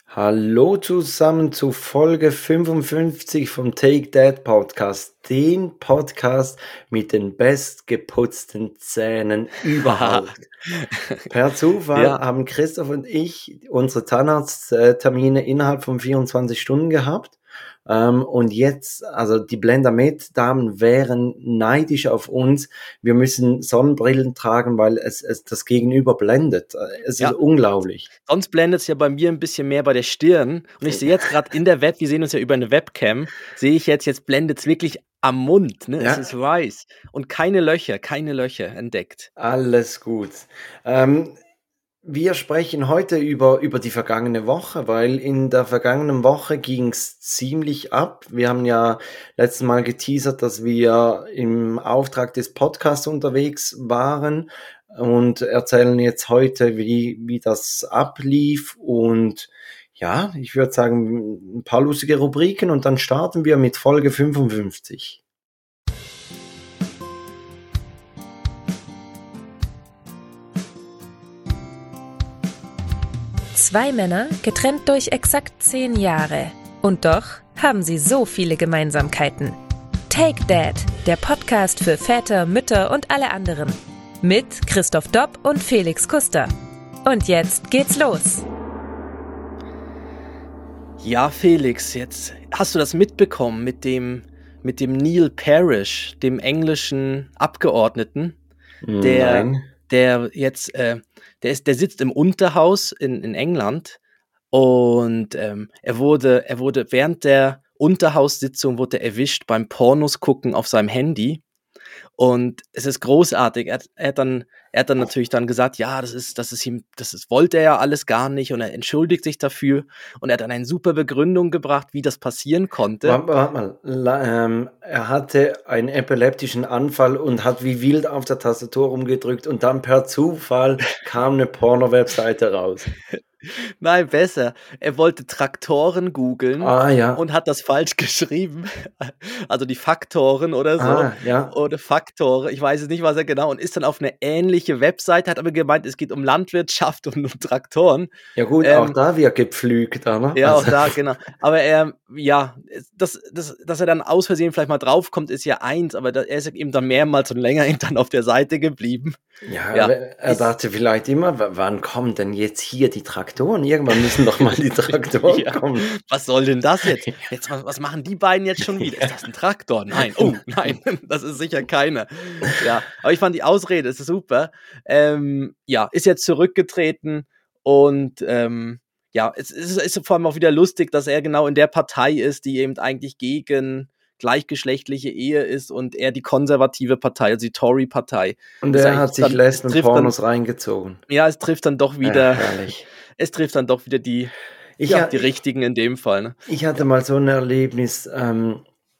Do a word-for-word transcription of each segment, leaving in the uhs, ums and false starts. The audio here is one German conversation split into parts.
Hallo zusammen zu Folge fünfundfünfzig vom Take That Podcast, dem Podcast mit den bestgeputzten Zähnen überhaupt. Per Zufall Ja. haben Christoph und ich unsere Zahnarzttermine innerhalb von vierundzwanzig Stunden gehabt. Ähm, und jetzt, also die Blendamed-Damen wären neidisch auf uns. Wir müssen Sonnenbrillen tragen, weil es, es das Gegenüber blendet. Es ist Ja. unglaublich. Sonst blendet es ja bei mir ein bisschen mehr bei der Stirn. Und ich sehe jetzt gerade in der Web, wir sehen uns ja über eine Webcam, sehe ich jetzt, jetzt blendet es wirklich am Mund. Ne? Ja. Es ist weiß. Und keine Löcher, keine Löcher entdeckt. Alles gut. Ähm, wir sprechen heute über, über die vergangene Woche, weil in der vergangenen Woche ging es ziemlich ab. Wir haben ja letztes Mal geteasert, dass wir im Auftrag des Podcasts unterwegs waren und erzählen jetzt heute, wie, wie das ablief. Und ja, ich würde sagen, ein paar lustige Rubriken und dann starten wir mit Folge fünfundfünfzig. Zwei Männer, getrennt durch exakt zehn Jahre. Und doch haben sie so viele Gemeinsamkeiten. Take That, der Podcast für Väter, Mütter und alle anderen. Mit Christoph Dopp und Felix Kuster. Und jetzt geht's los. Ja, Felix, jetzt hast du das mitbekommen mit dem, mit dem Neil Parish, dem englischen Abgeordneten, der, Nein. der jetzt, äh, der ist, der sitzt im Unterhaus in, in England und ähm, er wurde, er wurde während der Unterhaussitzung wurde er erwischt beim Pornos gucken auf seinem Handy. Und es ist großartig. Er hat, er hat dann, er hat dann natürlich dann gesagt, ja, das ist, das ist ihm, das ist, wollte er ja alles gar nicht und er entschuldigt sich dafür und er hat dann eine super Begründung gebracht, wie das passieren konnte. Warte, warte mal, La, ähm, er hatte einen epileptischen Anfall und hat wie wild auf der Tastatur rumgedrückt und dann per Zufall kam eine Porno-Webseite raus. Nein, besser. Er wollte Traktoren googeln Ah, ja. und hat das falsch geschrieben. Also die Faktoren oder so. Ah, ja. Oder Faktore. Ich weiß es nicht, was er genau. Und ist dann auf eine ähnliche Webseite, hat aber gemeint, es geht um Landwirtschaft und um Traktoren. Ja gut, Ähm, auch da wird gepflügt, oder? Ja, auch Also- da, genau. Aber er, ja, das, das, dass er dann aus Versehen vielleicht mal draufkommt, ist ja eins, aber da, er ist eben dann mehrmals und länger eben dann auf der Seite geblieben. Ja, Ja, aber er ist- dachte vielleicht immer, w- wann kommen denn jetzt hier die Traktoren? Irgendwann müssen doch mal die Traktoren Ja. kommen. Was soll denn das jetzt? Jetzt was, was machen die beiden jetzt schon wieder? Ist das ein Traktor? Nein, oh nein, das ist sicher keiner. Ja, aber ich fand die Ausrede ist super. Ähm, ja, ist jetzt zurückgetreten und ähm, ja, es ist, ist vor allem auch wieder lustig, dass er genau in der Partei ist, die eben eigentlich gegen gleichgeschlechtliche Ehe ist und er die konservative Partei, also die Tory-Partei. Und Das er heißt, hat sich dann- Lesben es trifft dann- Pornos reingezogen. Ja, es trifft dann doch Ja, wieder, herrlich. es trifft dann doch wieder die, Ich, ja, ha- die richtigen in dem Fall. Ne? Ich hatte mal so ein Erlebnis, ähm,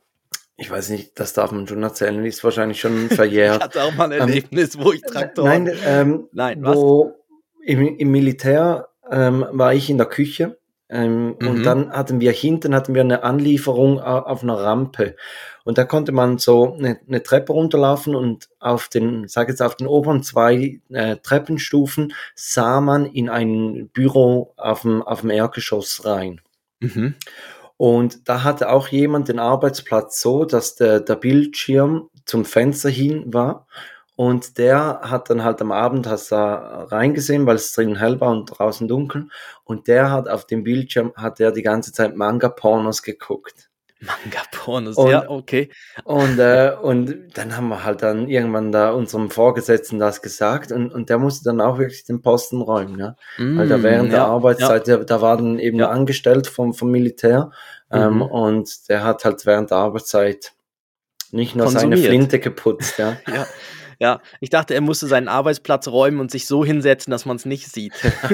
ich weiß nicht, das darf man schon erzählen, ist wahrscheinlich schon Ich verjährt. hatte auch mal ein Ähm, Erlebnis, wo ich Traktoren... Nein, ähm, Nein, was? wo im, im Militär ähm, war ich in der Küche ähm, Mhm. und dann hatten wir hinten hatten wir eine Anlieferung au- auf einer Rampe und da konnte man so eine, eine Treppe runterlaufen und auf den, sag jetzt auf den oberen zwei äh, Treppenstufen sah man in ein Büro auf dem, auf dem Erdgeschoss rein. Mhm. Und da hatte auch jemand den Arbeitsplatz so, dass der, der Bildschirm zum Fenster hin war. Und der hat dann halt am Abend hast da reingesehen, weil es drinnen hell war und draußen dunkel. Und der hat auf dem Bildschirm, hat der die ganze Zeit Manga-Pornos geguckt. Manga-Pornos, Und- ja, okay. Und, äh, und dann haben wir halt dann irgendwann da unserem Vorgesetzten das gesagt und, und der musste dann auch wirklich den Posten räumen, ja. Weil da Mm, während der ja, Arbeitszeit, der, da war dann eben Ja. angestellt vom, vom Militär ähm, Mhm. und der hat halt während der Arbeitszeit nicht nur seine Konsumiert. Flinte geputzt, ja. Ja, ja, ja. Ich dachte, er musste seinen Arbeitsplatz räumen und sich so hinsetzen, dass man es nicht sieht.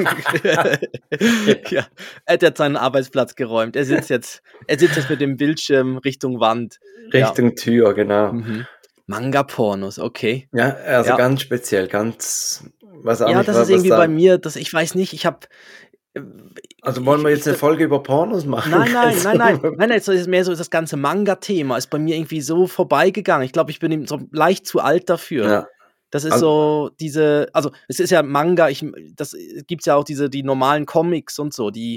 Ja, er hat jetzt seinen Arbeitsplatz geräumt. Er sitzt jetzt, er sitzt jetzt mit dem Bildschirm Richtung Wand. Richtung Tür, genau. Mhm. Manga-Pornos, okay. Ja, also Ja. ganz speziell, ganz, was auch Ja, nicht, das was ist irgendwie da- bei mir, das, ich weiß nicht, ich habe... Also wollen wir jetzt eine Folge über Pornos machen? Nein, nein, Also- nein, nein, nein, nein, es ist mehr so, das ganze Manga-Thema ist bei mir irgendwie so vorbeigegangen. Ich glaube, ich bin eben so leicht zu alt dafür. Ja. Das ist Also- so diese, also es ist ja Manga, ich, das gibt's ja auch diese, die normalen Comics und so, die,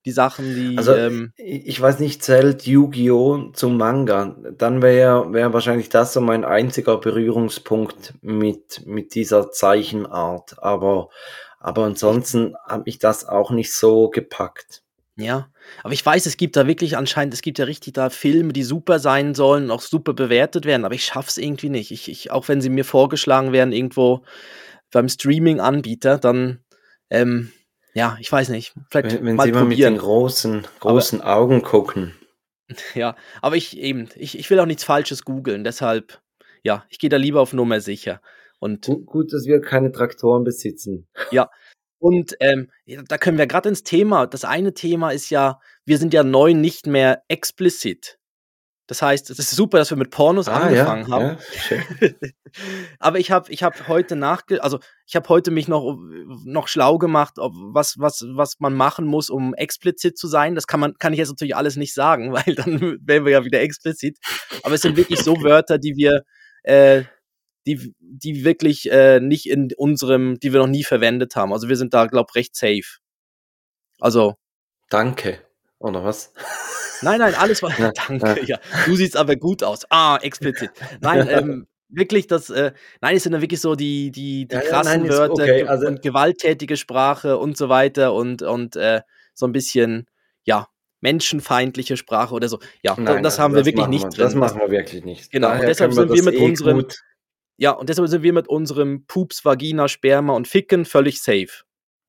die Sachen, die, Also, ähm, i ich weiß nicht, zählt Yu-Gi-Oh! Zum Manga? Dann wäre wäre wahrscheinlich das so mein einziger Berührungspunkt mit mit dieser Zeichenart, aber aber ich, ansonsten hat mich das auch nicht so gepackt. ja, aber ich weiß, es gibt da wirklich anscheinend, es gibt ja richtig da Filme, die super sein sollen, auch super bewertet werden, aber ich schaff's irgendwie nicht. Ich, ich, auch wenn sie mir vorgeschlagen werden irgendwo beim Streaming-Anbieter, dann, ähm, ja, ich weiß nicht, vielleicht Wenn wenn mal sie immer mit den probieren. großen Aber großen Augen gucken. ja, aber ich eben, ich, ich will auch nichts Falsches googeln, deshalb, ja, ich gehe da lieber auf Nummer sicher. Und Gu gut, dass wir keine Traktoren besitzen. ja, und ähm, ja, da können wir gerade ins Thema. Das eine Thema ist ja, wir sind ja neu nicht mehr explizit. Das heißt, es ist super, dass wir mit Pornos Ah ja, angefangen haben. ja, schön. Aber ich habe ich habe heute nachge also, ich habe heute mich noch noch schlau gemacht, ob was was was man machen muss, um explizit zu sein. Das kann man kann ich jetzt natürlich alles nicht sagen, weil dann wären wir ja wieder explizit. Aber es sind wirklich so Okay. Wörter, die wir, äh die die wirklich, äh, nicht in unserem die wir noch nie verwendet haben. Also, wir sind da, glaube ich, recht safe. Also, Danke, oder was? nein, nein, alles war Ja, danke, ja. ja. Du siehst aber gut aus. Ah, explizit. Nein, ähm, wirklich das, äh nein, es sind dann wirklich so die die die Ja, ja, nein, krassen ist Wörter okay. ge Also, und gewalttätige Sprache und so weiter und und, äh, so 'n bisschen, ja, menschenfeindliche Sprache oder so. Ja, da nein, das also haben wir das wirklich machen wir nicht das drin. Das machen wir wirklich nicht. genau, und Daher deshalb können wir sind wir das mit eh unserem gut. ja, und deshalb sind wir mit unserem Pups, Vagina, Sperma und Ficken völlig safe.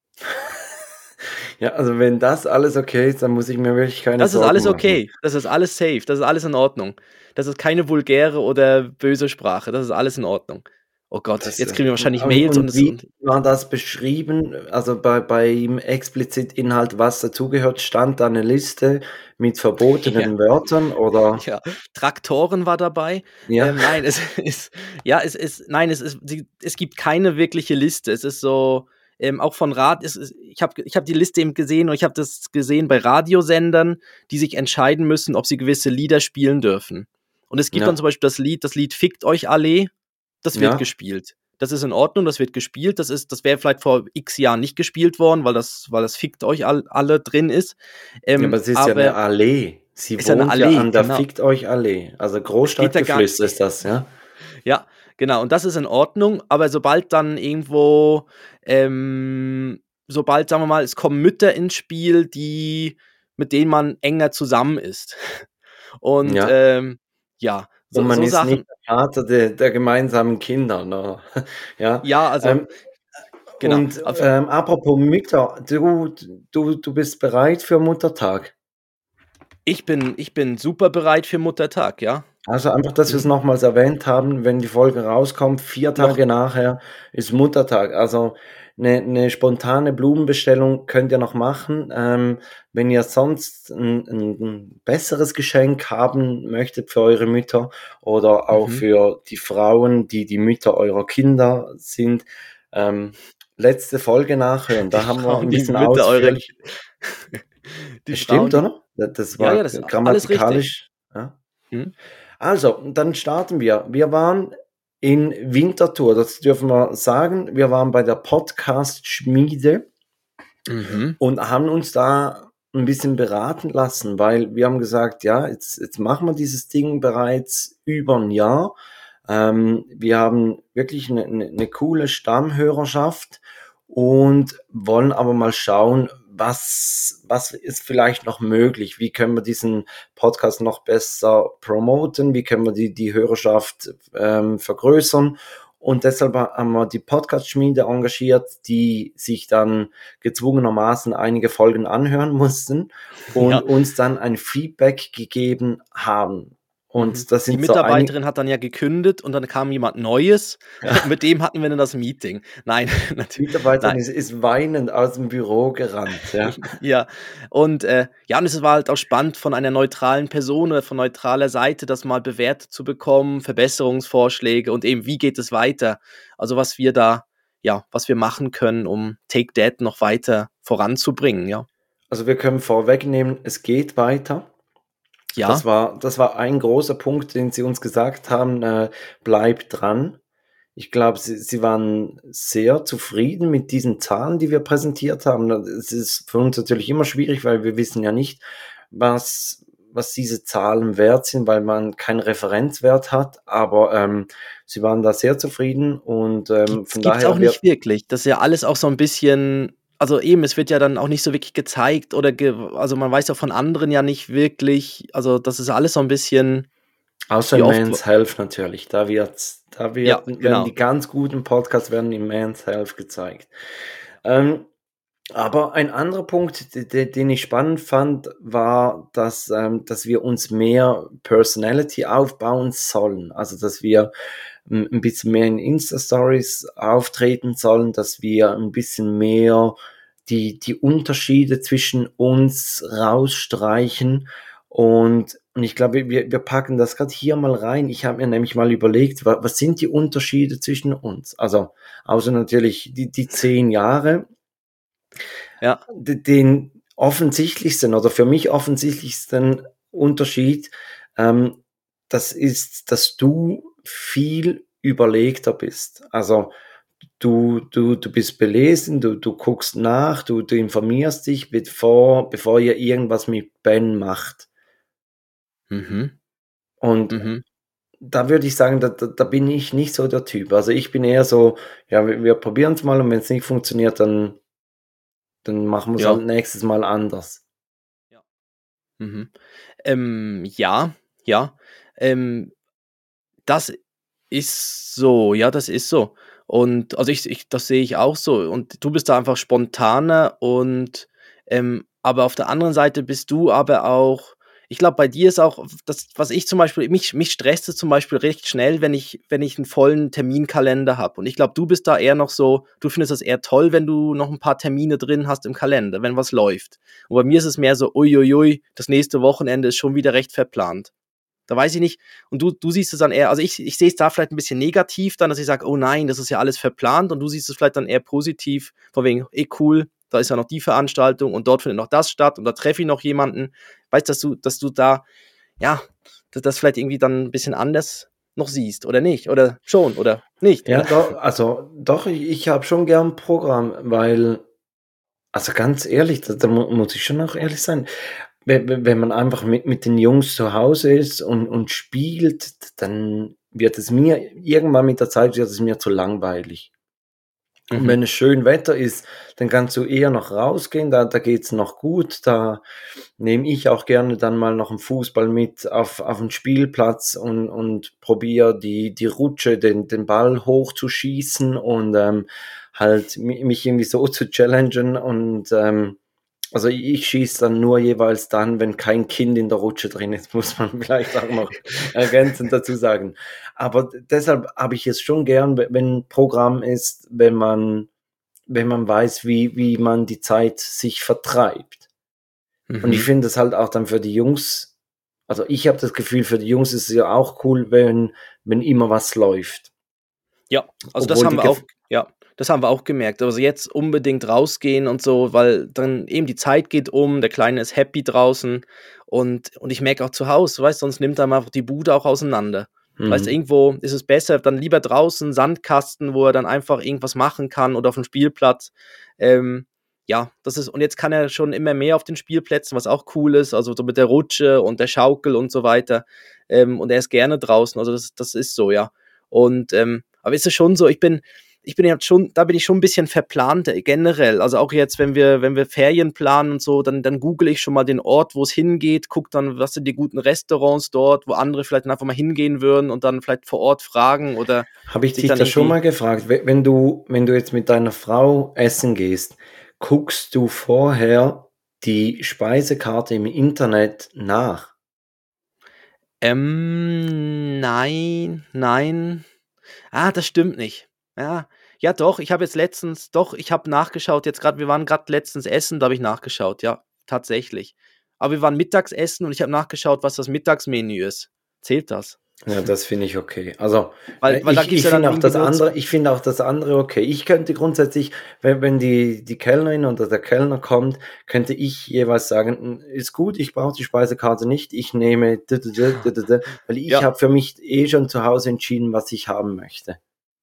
Ja, also wenn das alles okay ist, dann muss ich mir wirklich keine Das ist alles Sorgen machen. okay. Das ist alles safe. Das ist alles in Ordnung. Das ist keine vulgäre oder böse Sprache. Das ist alles in Ordnung. Oh Gott, Das, jetzt äh kriegen wir wahrscheinlich und Mails und und es wie und war das beschrieben? Also bei beim Explizit-Inhalt, was dazugehört, stand da 'ne Liste mit ja, verbotenen Wörtern oder ja. Traktoren war dabei. ja? Ähm, nein, es ist ja, es ist nein, es ist sie es gibt keine wirkliche Liste. Es ist so, ähm, auch von Rad es ist ich habe ich habe die Liste eben gesehen und ich habe das gesehen bei Radiosendern, die sich entscheiden müssen, ob sie gewisse Lieder spielen dürfen. Und es gibt dann Ja, zum Beispiel das Lied das Lied „Fickt euch alle", das wird ja. gespielt. Das ist in Ordnung, das wird gespielt. Das ist das wäre vielleicht vor X Jahren nicht gespielt worden, weil das weil das „Fickt euch all alle" drin ist. Ja, aber Ähm, es ist ja 'ne aber Allee. Sie ist ja 'ne wohnt ja Allee, an der genau. Fickt euch Allee. Also Geht ja gar Großstadtgeflüster ist das, ja? ja, genau. Und das ist in Ordnung, aber sobald dann irgendwo, ähm sobald, sagen wir mal, es kommen Mütter ins Spiel, die mit denen man enger zusammen ist. Und, Ja. ähm, ja, Und so man so ist nicht Sachen der Vater der der gemeinsamen Kinder, ne? Ja, ja, also ähm, genau. und, Auf ähm, apropos Mütter, du du du bist bereit für Muttertag? ich bin ich bin super bereit für Muttertag, ja. Also, einfach, dass wir's Mhm. nochmals erwähnt haben, wenn die Folge rauskommt, vier Noch Tage nachher ist Muttertag. Also, 'ne 'ne spontane Blumenbestellung könnt ihr noch machen. Ähm, wenn ihr sonst 'n 'n 'n besseres Geschenk haben möchtet für eure Mütter oder auch mhm. für die Frauen, die die Mütter eurer Kinder sind, ähm, letzte Folge nachhören. Die Da haben wir Frauen, 'n die bisschen Mütter eurer ausführlich Ki die Frauen, stimmt, die oder? Da das ja, ja, war das ist alles richtig. grammatikalisch ja. Mhm. Also, dann starten wir. Wir waren in Winterthur, das dürfen wir sagen. Wir waren bei der Podcast-Schmiede Mhm. und haben uns da ein bisschen beraten lassen, weil wir haben gesagt: „Ja, jetzt jetzt machen wir dieses Ding bereits über ein Jahr." Ähm, wir haben wirklich eine 'ne 'ne coole Stammhörerschaft und wollen aber mal schauen, was was ist vielleicht noch möglich? Wie können wir diesen Podcast noch besser promoten? Wie können wir die die Hörerschaft, ähm, vergrößern? Und deshalb ha haben wir die Podcast-Schmiede engagiert, die sich dann gezwungenermaßen einige Folgen anhören mussten und Ja. uns dann ein Feedback gegeben haben. Mhm. Und das Die sind so einig Mitarbeiterin hat dann ja gekündigt und dann kam jemand Neues und ja, mit dem hatten wir dann das Meeting. Nein, die natü Mitarbeiterin nein. ist ist weinend aus'm Büro gerannt, ja. Ja, und, äh, ja, und es war halt auch spannend, von einer neutralen Person oder von neutraler Seite das mal bewertet zu bekommen, Verbesserungsvorschläge und eben, wie geht es weiter? Also, was wir da ja, was wir machen können, um Take That noch weiter voranzubringen, ja. Also, wir können vorwegnehmen, es geht weiter. Das Ja, war das war ein großer Punkt, den sie uns gesagt haben, äh: „Bleibt dran." Ich glaube, sie, sie waren sehr zufrieden mit diesen Zahlen, die wir präsentiert haben. Es ist für uns natürlich immer schwierig, weil wir wissen ja nicht, was, was diese Zahlen wert sind, weil man keinen Referenzwert hat. Aber ähm, sie waren da sehr zufrieden und ähm, Gibt's, von gibt's daher auch nicht wirklich. Das ist ja alles auch so ein bisschen, also eben, es wird ja dann auch nicht so wirklich gezeigt oder ge, also man weiß ja von anderen ja nicht wirklich, also das ist alles so ein bisschen, außer wie in oft, Men's Health natürlich. Da wird's, da ja, wird, werden genau. die ganz guten Podcasts werden in Men's Health gezeigt. Ähm, aber ein anderer Punkt, d- d- den ich spannend fand, war, dass, ähm, dass wir uns mehr Personality aufbauen sollen. Also, dass wir ähm, ein bisschen mehr in Insta-Stories auftreten sollen, dass wir ein bisschen mehr die, die Unterschiede zwischen uns rausstreichen. Und, und ich glaube, wir, wir packen das gerade hier mal rein. Ich habe mir nämlich mal überlegt, wa- was sind die Unterschiede zwischen uns? Also, außer natürlich die, die zehn Jahre, Ja, d- den offensichtlichsten oder für mich offensichtlichsten Unterschied, ähm, das ist, dass du viel überlegter bist. Also du, du, du bist belesen, du, du guckst nach, du, du informierst dich, bevor, bevor ihr irgendwas mit Ben macht. mhm, Und mhm, da würde ich sagen, da, da, da bin ich nicht so der Typ. Also ich bin eher so, ja, wir, wir probieren es mal und wenn es nicht funktioniert, dann, dann machen wir es ja, halt nächstes Mal anders. ja, mhm. Ähm, ja, ja, ähm, das ist so, ja, das ist so. Und also ich, ich, das sehe ich auch so. Und du bist da einfach spontaner und ähm, aber auf der anderen Seite bist du aber auch, ich glaube, bei dir ist auch, das, was ich zum Beispiel, mich, mich stresst es zum Beispiel recht schnell, wenn ich, wenn ich einen vollen Terminkalender habe. Und ich glaube, du bist da eher noch so, du findest das eher toll, wenn du noch ein paar Termine drin hast im Kalender, wenn was läuft. Und bei mir ist es mehr so, uiuiui, das nächste Wochenende ist schon wieder recht verplant. Da weiß ich nicht. Und du, du siehst es dann eher, also ich, ich sehe es da vielleicht ein bisschen negativ dann, dass ich sage, oh nein, das ist ja alles verplant. Und du siehst es vielleicht dann eher positiv, von wegen, eh cool, da ist ja noch die Veranstaltung und dort findet noch das statt und da treffe ich noch jemanden. Weißt du, dass du, dass du da, ja, dass das vielleicht irgendwie dann ein bisschen anders noch siehst oder nicht oder schon oder nicht Ja, oder doch, also doch, ich, ich habe schon gern Programm, weil, also ganz ehrlich, da, da mu- muss ich schon auch ehrlich sein, wenn, wenn wenn man einfach mit, mit den Jungs zu Hause ist und, und spielt, dann wird es mir, irgendwann mit der Zeit wird es mir zu langweilig. Und mhm. wenn es schön Wetter ist, dann kannst du eher noch rausgehen, da, da geht's noch gut, da nehme ich auch gerne dann mal noch einen Fußball mit auf, auf den Spielplatz und, und probiere die, die Rutsche, den, den Ball hochzuschießen und ähm, halt mi- mich irgendwie so zu challengen und ähm, also ich schieße dann nur jeweils dann, wenn kein Kind in der Rutsche drin ist, muss man vielleicht auch noch ergänzend dazu sagen. Aber deshalb habe ich es schon gern, wenn ein Programm ist, wenn man, wenn man weiß, wie, wie man die Zeit sich vertreibt. Und ich Mhm. finde es halt auch dann für die Jungs, also ich habe das Gefühl, für die Jungs ist es ja auch cool, wenn, wenn immer was läuft. Ja, also das Obwohl haben die, wir auch, Gef ja, das haben wir auch gemerkt. Also jetzt unbedingt rausgehen und so, weil dann eben die Zeit geht um, der Kleine ist happy draußen und, und ich merke auch zu Hause, weißt du, sonst nimmt er einfach die Bude auch auseinander. Weißt du, mhm. irgendwo ist es besser, dann lieber draußen, Sandkasten, wo er dann einfach irgendwas machen kann oder auf dem Spielplatz. Ähm, ja, das ist, und jetzt kann er schon immer mehr auf den Spielplätzen, was auch cool ist, also so mit der Rutsche und der Schaukel und so weiter. Ähm, und er ist gerne draußen, also das, das ist so, ja. Und ähm, aber ist es schon so, ich bin, ich bin jetzt schon, da bin ich schon ein bisschen verplant äh, generell. Also auch jetzt, wenn wir, wenn wir Ferien planen und so, dann, dann google ich schon mal den Ort, wo es hingeht, guck dann, was sind die guten Restaurants dort, wo andere vielleicht einfach mal hingehen würden und dann vielleicht vor Ort fragen oder Habe ich sich dich dann das schon irgendwie. mal gefragt? We- Wenn du, wenn du jetzt mit deiner Frau essen gehst, guckst du vorher die Speisekarte im Internet nach? Ähm, nein, nein. Ah, das stimmt nicht. Ja, ja doch, ich habe jetzt letztens, doch, ich habe nachgeschaut, jetzt gerade, wir waren gerade letztens essen, da habe ich nachgeschaut, ja, tatsächlich. Aber wir waren mittags essen und ich habe nachgeschaut, was das Mittagsmenü ist. Zählt das? Ja, das finde ich okay. Also, Weil, äh, weil da ich, gibt es ich ja dann finde auch irgendwie das nur andere, zwei. ich finde auch das andere okay. Ich könnte grundsätzlich, wenn, wenn die, die Kellnerin oder der Kellner kommt, könnte ich jeweils sagen, "Hm, ist gut, ich brauche die Speisekarte nicht, ich nehme, d- d- d- d- d- d", weil ich Ja, habe für mich eh schon zu Hause entschieden, was ich haben möchte.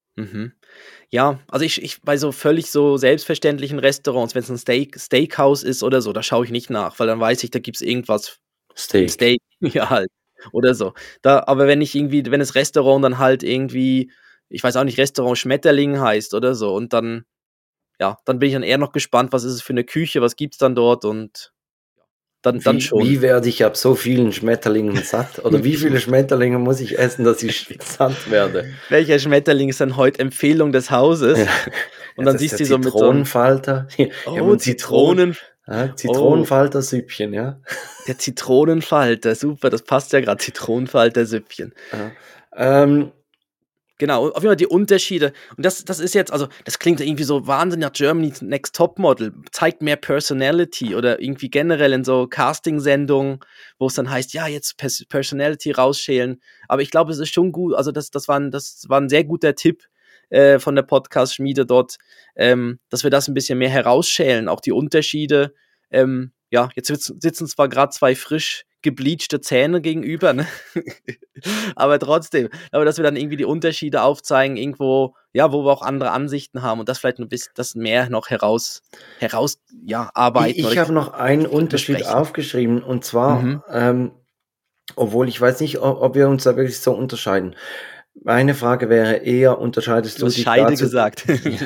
Mhm. Ja, also ich, ich bei so völlig so selbstverständlichen Restaurants, wenn es ein Steak, Steakhouse ist oder so, da schaue ich nicht nach, weil dann weiß ich, da gibt's irgendwas, ein Steak. Steak, ja halt, oder so. Da, aber wenn ich irgendwie, wenn das Restaurant dann halt irgendwie, ich weiß auch nicht, Restaurant Schmetterling heißt oder so, und dann, ja, dann bin ich dann eher noch gespannt, was ist es für eine Küche, was gibt's dann dort und dann, dann Wie, schon. wie werde ich ab so vielen Schmetterlingen satt? Oder wie viele Schmetterlinge muss ich essen, dass ich satt werde? Welcher Schmetterling ist dann heute Empfehlung des Hauses? Ja, Und ja, dann das ist siehst der du so mit so einem, Zitronenfalter. Ja, oh, aber Zitronen, Zitronen, ja, oh, Zitronenfalter-Süppchen, ja. der Zitronenfalter, super, das passt ja gerade, Zitronenfalter-Süppchen. Ja. Ähm, Genau, auf jeden Fall die Unterschiede. Und das, das ist jetzt, also, das klingt irgendwie so wahnsinnig nach Germany's Next Topmodel, zeigt mehr Personality oder irgendwie generell in so Casting-Sendungen, wo es dann heißt, ja, jetzt Pers- Personality rausschälen. Aber ich glaube, es ist schon gut, also das, das, war, ein, das war ein sehr guter Tipp äh, von der Podcast-Schmiede dort, ähm, dass wir das ein bisschen mehr herausschälen, auch die Unterschiede. Ähm, ja, jetzt sitzen sitzen zwar gerade zwei frisch gebleachte Zähne gegenüber, ne? Aber trotzdem, aber dass wir dann irgendwie die Unterschiede aufzeigen, irgendwo, ja, wo wir auch andere Ansichten haben und das vielleicht ein bisschen, das mehr noch heraus, heraus, ja, ich arbeiten oder ich habe noch einen Unterschied besprechen. aufgeschrieben, und Mhm. zwar, ähm, obwohl ich weiß nicht, ob, ob wir uns da wirklich so unterscheiden. Meine Frage wäre eher, unterscheidest Du du hast dich Scheide dazu, gesagt.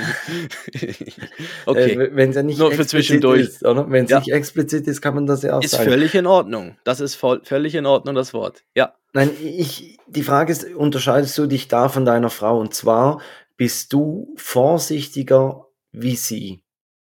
Okay, äh, wenn es ja nicht nur für explizit zwischendurch. ist, oder? Wenn es Ja, nicht explizit ist, kann man das ja auch ist sagen. völlig in Ordnung. Das ist voll, völlig in Ordnung, das Wort. Ja. Nein, ich, die Frage ist, unterscheidest du dich da von deiner Frau? Und zwar, bist du vorsichtiger wie sie?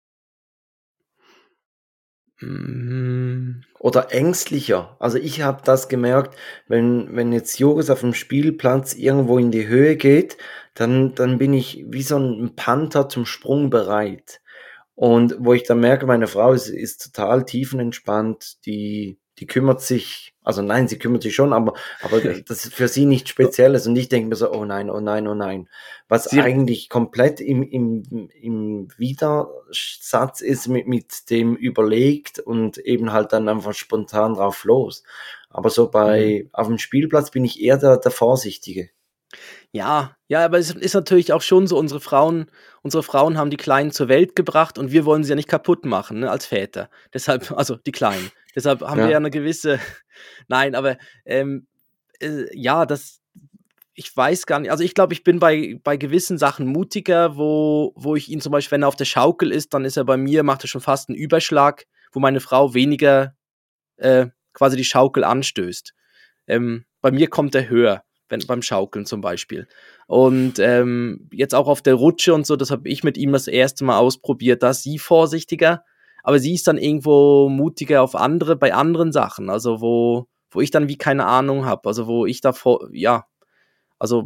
Mm, Oder ängstlicher? Also ich habe das gemerkt, wenn, wenn jetzt Joris auf dem Spielplatz irgendwo in die Höhe geht, dann, dann bin ich wie so ein Panther zum Sprung bereit. Und wo ich dann merke, meine Frau ist, ist total tiefenentspannt, die, die kümmert sich, also nein, sie kümmert sich schon, aber, aber das ist für sie nichts Spezielles. Und ich denke mir so, oh nein, oh nein, oh nein. Was Sie, eigentlich komplett im, im, im Widersatz ist mit, mit dem überlegt und eben halt dann einfach spontan drauf los. Aber so Mhm. bei, auf dem Spielplatz bin ich eher der, der Vorsichtige. Ja, ja, aber es ist natürlich auch schon so, unsere Frauen, unsere Frauen haben die Kleinen zur Welt gebracht und wir wollen sie ja nicht kaputt machen, ne, als Väter. Deshalb, also die Kleinen. Deshalb haben wir ja Ja. eine gewisse, nein, aber ähm, äh, ja, das, ich weiß gar nicht, also ich glaube, ich bin bei, bei gewissen Sachen mutiger, wo, wo ich ihn zum Beispiel, wenn er auf der Schaukel ist, dann ist er bei mir, macht er schon fast einen Überschlag, wo meine Frau weniger äh, quasi die Schaukel anstößt. Ähm, bei mir kommt er höher, wenn, beim Schaukeln zum Beispiel. Und ähm, jetzt auch auf der Rutsche und so, das habe ich mit ihm das erste Mal ausprobiert, da ist sie vorsichtiger, aber sie ist dann irgendwo mutiger auf andere, bei anderen Sachen, also wo, wo ich dann wie keine Ahnung habe, also wo ich davor, ja, also,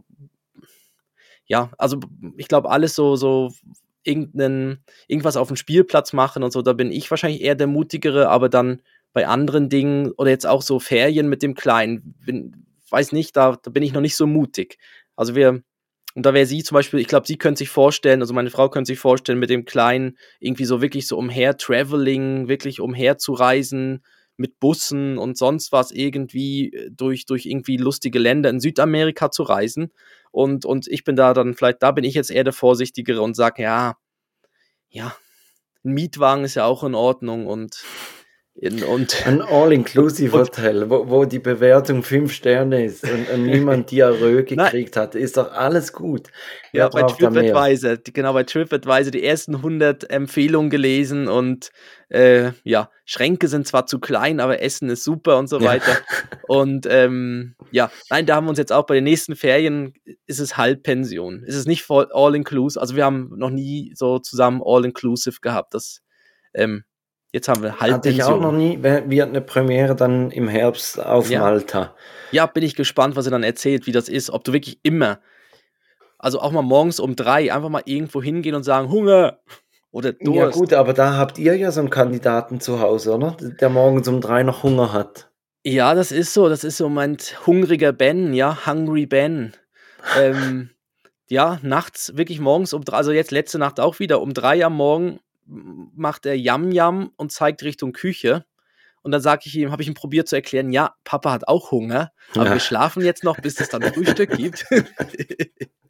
ja, also ich glaube alles so, so irgendeinen, irgendwas auf dem Spielplatz machen und so, da bin ich wahrscheinlich eher der Mutigere, aber dann bei anderen Dingen oder jetzt auch so Ferien mit dem Kleinen, bin, weiß nicht, da, da bin ich noch nicht so mutig. Also wir, und da wäre sie zum Beispiel, ich glaube, sie könnte sich vorstellen, also meine Frau könnte sich vorstellen, mit dem Kleinen irgendwie so wirklich so umher traveling, wirklich umher zu reisen, mit Bussen und sonst was irgendwie äh, durch, durch irgendwie lustige Länder in Südamerika zu reisen. Und, und ich bin da dann vielleicht, da bin ich jetzt eher der Vorsichtigere und sage, ja, ja, ein Mietwagen ist ja auch in Ordnung und, in, und, Ein und, und All-Inclusive-Hotel, wo, wo die Bewertung fünf Sterne ist und, und niemand Diarrhoe nein, gekriegt hat, ist doch alles gut. Wer ja, bei braucht da mehr? TripAdvisor, die- genau, bei TripAdvisor die ersten hundert Empfehlungen gelesen und äh, ja, Schränke sind zwar zu klein, aber Essen ist super und so Ja. weiter. Und ähm, ja, nein, da haben wir uns jetzt auch bei den nächsten Ferien, ist es Halbpension. Ist es nicht voll All-Inclusive, also wir haben noch nie so zusammen All-Inclusive gehabt. Das, ähm, jetzt haben wir Hatte ich auch noch Halbpension. nie. Wer- Wird eine Premiere dann im Herbst auf Ja, Malta. ja, bin ich gespannt, was er dann erzählt, wie das ist, ob du wirklich immer, also auch mal morgens um drei einfach mal irgendwo hingehen und sagen, Hunger oder Ja Durst. gut, aber da habt ihr ja so einen Kandidaten zu Hause, oder? Der morgens um drei noch Hunger hat. Ja, das ist so, das ist so mein hungriger Ben, ja, Hungry Ben. Ähm, ja, nachts, wirklich morgens um drei, also jetzt letzte Nacht auch wieder, um drei am Morgen m- macht er Yam Yam und zeigt Richtung Küche. Und dann sage ich ihm, habe ich ihm probiert zu erklären, ja, Papa hat auch Hunger, aber Ja. wir schlafen jetzt noch, bis es dann Frühstück gibt.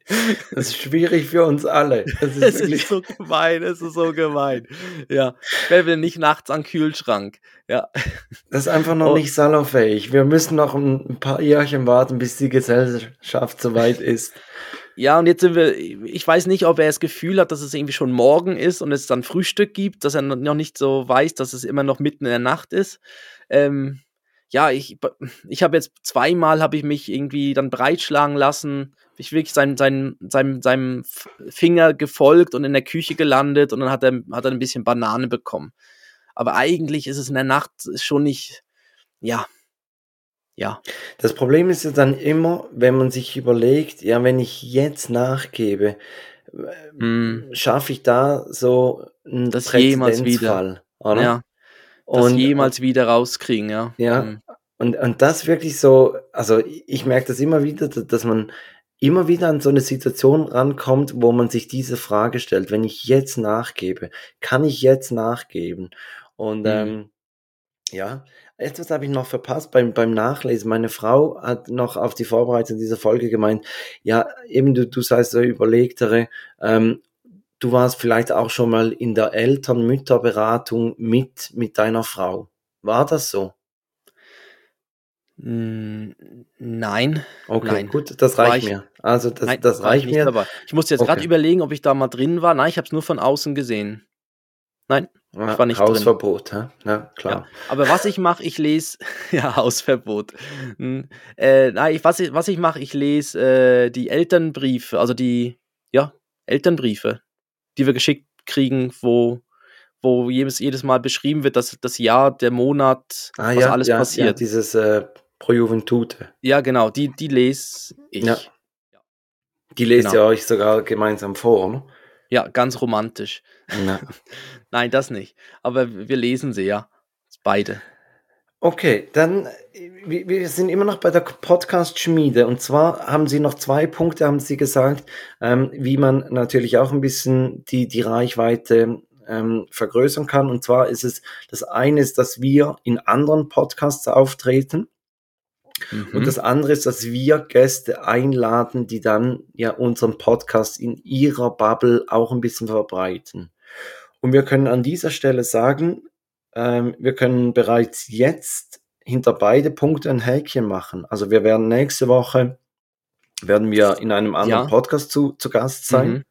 Das ist schwierig für uns alle. Das ist Es wirklich ist so gemein, es ist so gemein. Ja, wer will nicht nachts an den Kühlschrank? Ja. das ist einfach noch Oh, nicht salonfähig. Wir müssen noch ein ein paar Jährchen warten, bis die Gesellschaft so weit ist. ja, und jetzt sind wir, ich weiß nicht, ob er das Gefühl hat, dass es irgendwie schon morgen ist und es dann Frühstück gibt, dass er noch nicht so weiß, dass es immer noch mitten in der Nacht ist. Ähm, ja, ich, ich habe jetzt zweimal habe ich mich irgendwie dann breitschlagen lassen. Ich wirklich seinem, seinem, seinem, seinem Finger gefolgt und in der Küche gelandet und dann hat er, hat er ein bisschen Banane bekommen. Aber eigentlich ist es in der Nacht schon nicht, ja, ja. Das Problem ist ja dann immer, wenn man sich überlegt, ja, wenn ich jetzt nachgebe, Hm, schaffe ich da so einen das jemals wieder, Präzedenzfall, oder? ja, das Und, und jemals wieder rauskriegen, ja. ja, Hm. und, und das wirklich so, also ich merke das immer wieder, dass dass man immer wieder an so eine Situation rankommt, wo man sich diese Frage stellt, wenn ich jetzt nachgebe, kann ich jetzt nachgeben? Und Hm. ähm, ja, etwas habe ich noch verpasst beim, beim Nachlesen. Meine Frau hat noch auf die Vorbereitung dieser Folge gemeint, ja, eben du, du seist so Überlegtere, ähm, du warst vielleicht auch schon mal in der Eltern-Mütter-Beratung mit, mit deiner Frau. War das so? Mm, Nein, Okay, nein, gut, das war reicht ich, mir. Also das, nein, das war ich reicht nicht mir. dabei. Ich musste jetzt gerade Okay. überlegen, ob ich da mal drin war. Nein, ich habe es nur von außen gesehen. Nein, ich Ja, war nicht drin. Hausverbot, hä? Ja, Ja, klar. aber was ich mache, ich lese, ja, Hausverbot. Hm, äh, nein, ich, was ich, was ich mache, ich lese äh, die Elternbriefe, also die, ja, Elternbriefe, die wir geschickt kriegen, wo, wo jedes, jedes Mal beschrieben wird, dass das Jahr, der Monat, Ah was ja, alles ja, ja, passiert. dieses äh, Pro Juventute. Ja, genau, die, die lese Ja, ich. die lest Genau. ihr euch sogar gemeinsam vor, ne? Ja, ganz romantisch. Ja. Nein, das nicht. Aber wir lesen sie, ja. Beide. Okay, dann, äh, wir wir sind immer noch bei der Podcast-Schmiede. Und zwar haben Sie noch zwei Punkte, haben Sie gesagt, ähm, wie man natürlich auch ein bisschen die, die Reichweite ähm, vergrößern kann. Und zwar ist es, das eine ist, dass wir in anderen Podcasts auftreten. Und Mhm. das andere ist, dass wir Gäste einladen, die dann ja unseren Podcast in ihrer Bubble auch ein bisschen verbreiten. Und wir können an dieser Stelle sagen, ähm, wir können bereits jetzt hinter beide Punkte ein Häkchen machen. Also wir werden nächste Woche, werden wir in einem anderen Ja. Podcast zu, zu Gast sein. Mhm.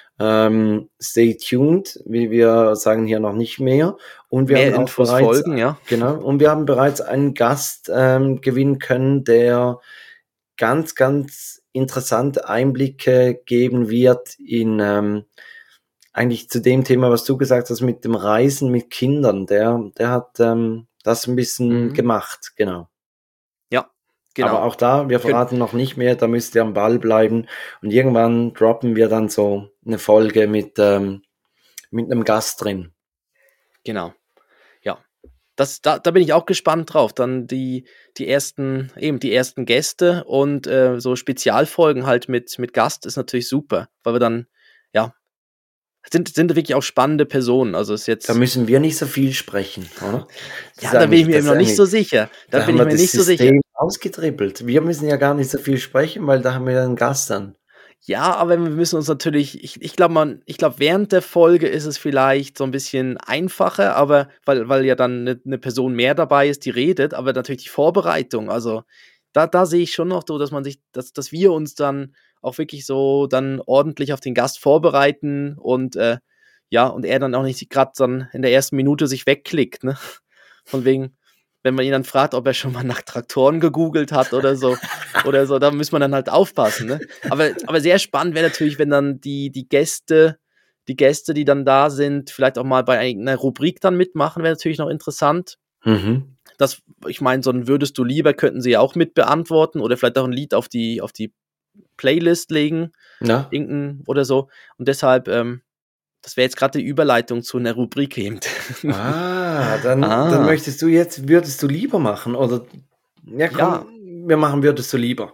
Ähm, stay tuned, wie wir sagen hier noch nicht mehr. Und wir Mehr haben auch Infos bereits, folgen, ja. genau, und wir haben bereits einen Gast ähm, gewinnen können, der ganz, ganz interessante Einblicke geben wird in ähm, eigentlich zu dem Thema, was du gesagt hast, mit dem Reisen mit Kindern. Der, der hat ähm, das ein bisschen Mhm. gemacht, genau. Ja, genau. Aber auch da, wir Könnt- verraten noch nicht mehr, da müsst ihr am Ball bleiben. Und irgendwann droppen wir dann so eine Folge mit, ähm, mit einem Gast drin. Genau. Ja. Das, da, da bin ich auch gespannt drauf. Dann die, die ersten, eben die ersten Gäste und äh, so Spezialfolgen halt mit, mit Gast ist natürlich super, weil wir dann, ja, sind, sind wirklich auch spannende Personen. Also ist jetzt. Da müssen wir nicht so viel sprechen, oder? Das Ja, ist da bin ich eigentlich- mir das eben noch ist nicht so eigentlich- sicher. Da, Da bin haben ich wir mir das nicht so sicher. System ausgetribbelt. Wir müssen ja gar nicht so viel sprechen, weil da haben wir ja einen Gast dann. Ja, aber wir müssen uns natürlich, ich, ich glaube, man, ich glaube, während der Folge ist es vielleicht so ein bisschen einfacher, aber weil, weil ja dann eine, eine Person mehr dabei ist, die redet, aber natürlich die Vorbereitung, also da, da sehe ich schon noch so, dass man sich, dass, dass wir uns dann auch wirklich so dann ordentlich auf den Gast vorbereiten und äh, ja, und er dann auch nicht gerade dann in der ersten Minute sich wegklickt, ne? Von wegen, wenn man ihn dann fragt, ob er schon mal nach Traktoren gegoogelt hat oder so, oder so, da muss man dann halt aufpassen, ne? Aber, aber sehr spannend wäre natürlich, wenn dann die, die Gäste, die Gäste, die dann da sind, vielleicht auch mal bei einer Rubrik dann mitmachen, wäre natürlich noch interessant. Mhm. Das, ich meine, so ein Würdest du lieber könnten sie ja auch mit beantworten oder vielleicht auch ein Lied auf die, auf die Playlist legen, Ja. irgendein oder so. Und deshalb, ähm, das wäre jetzt gerade die Überleitung zu einer Rubrik eben. Ah, dann, Ah. dann möchtest du jetzt, würdest du lieber machen, oder? Ja, komm, Ja. wir machen würdest du lieber.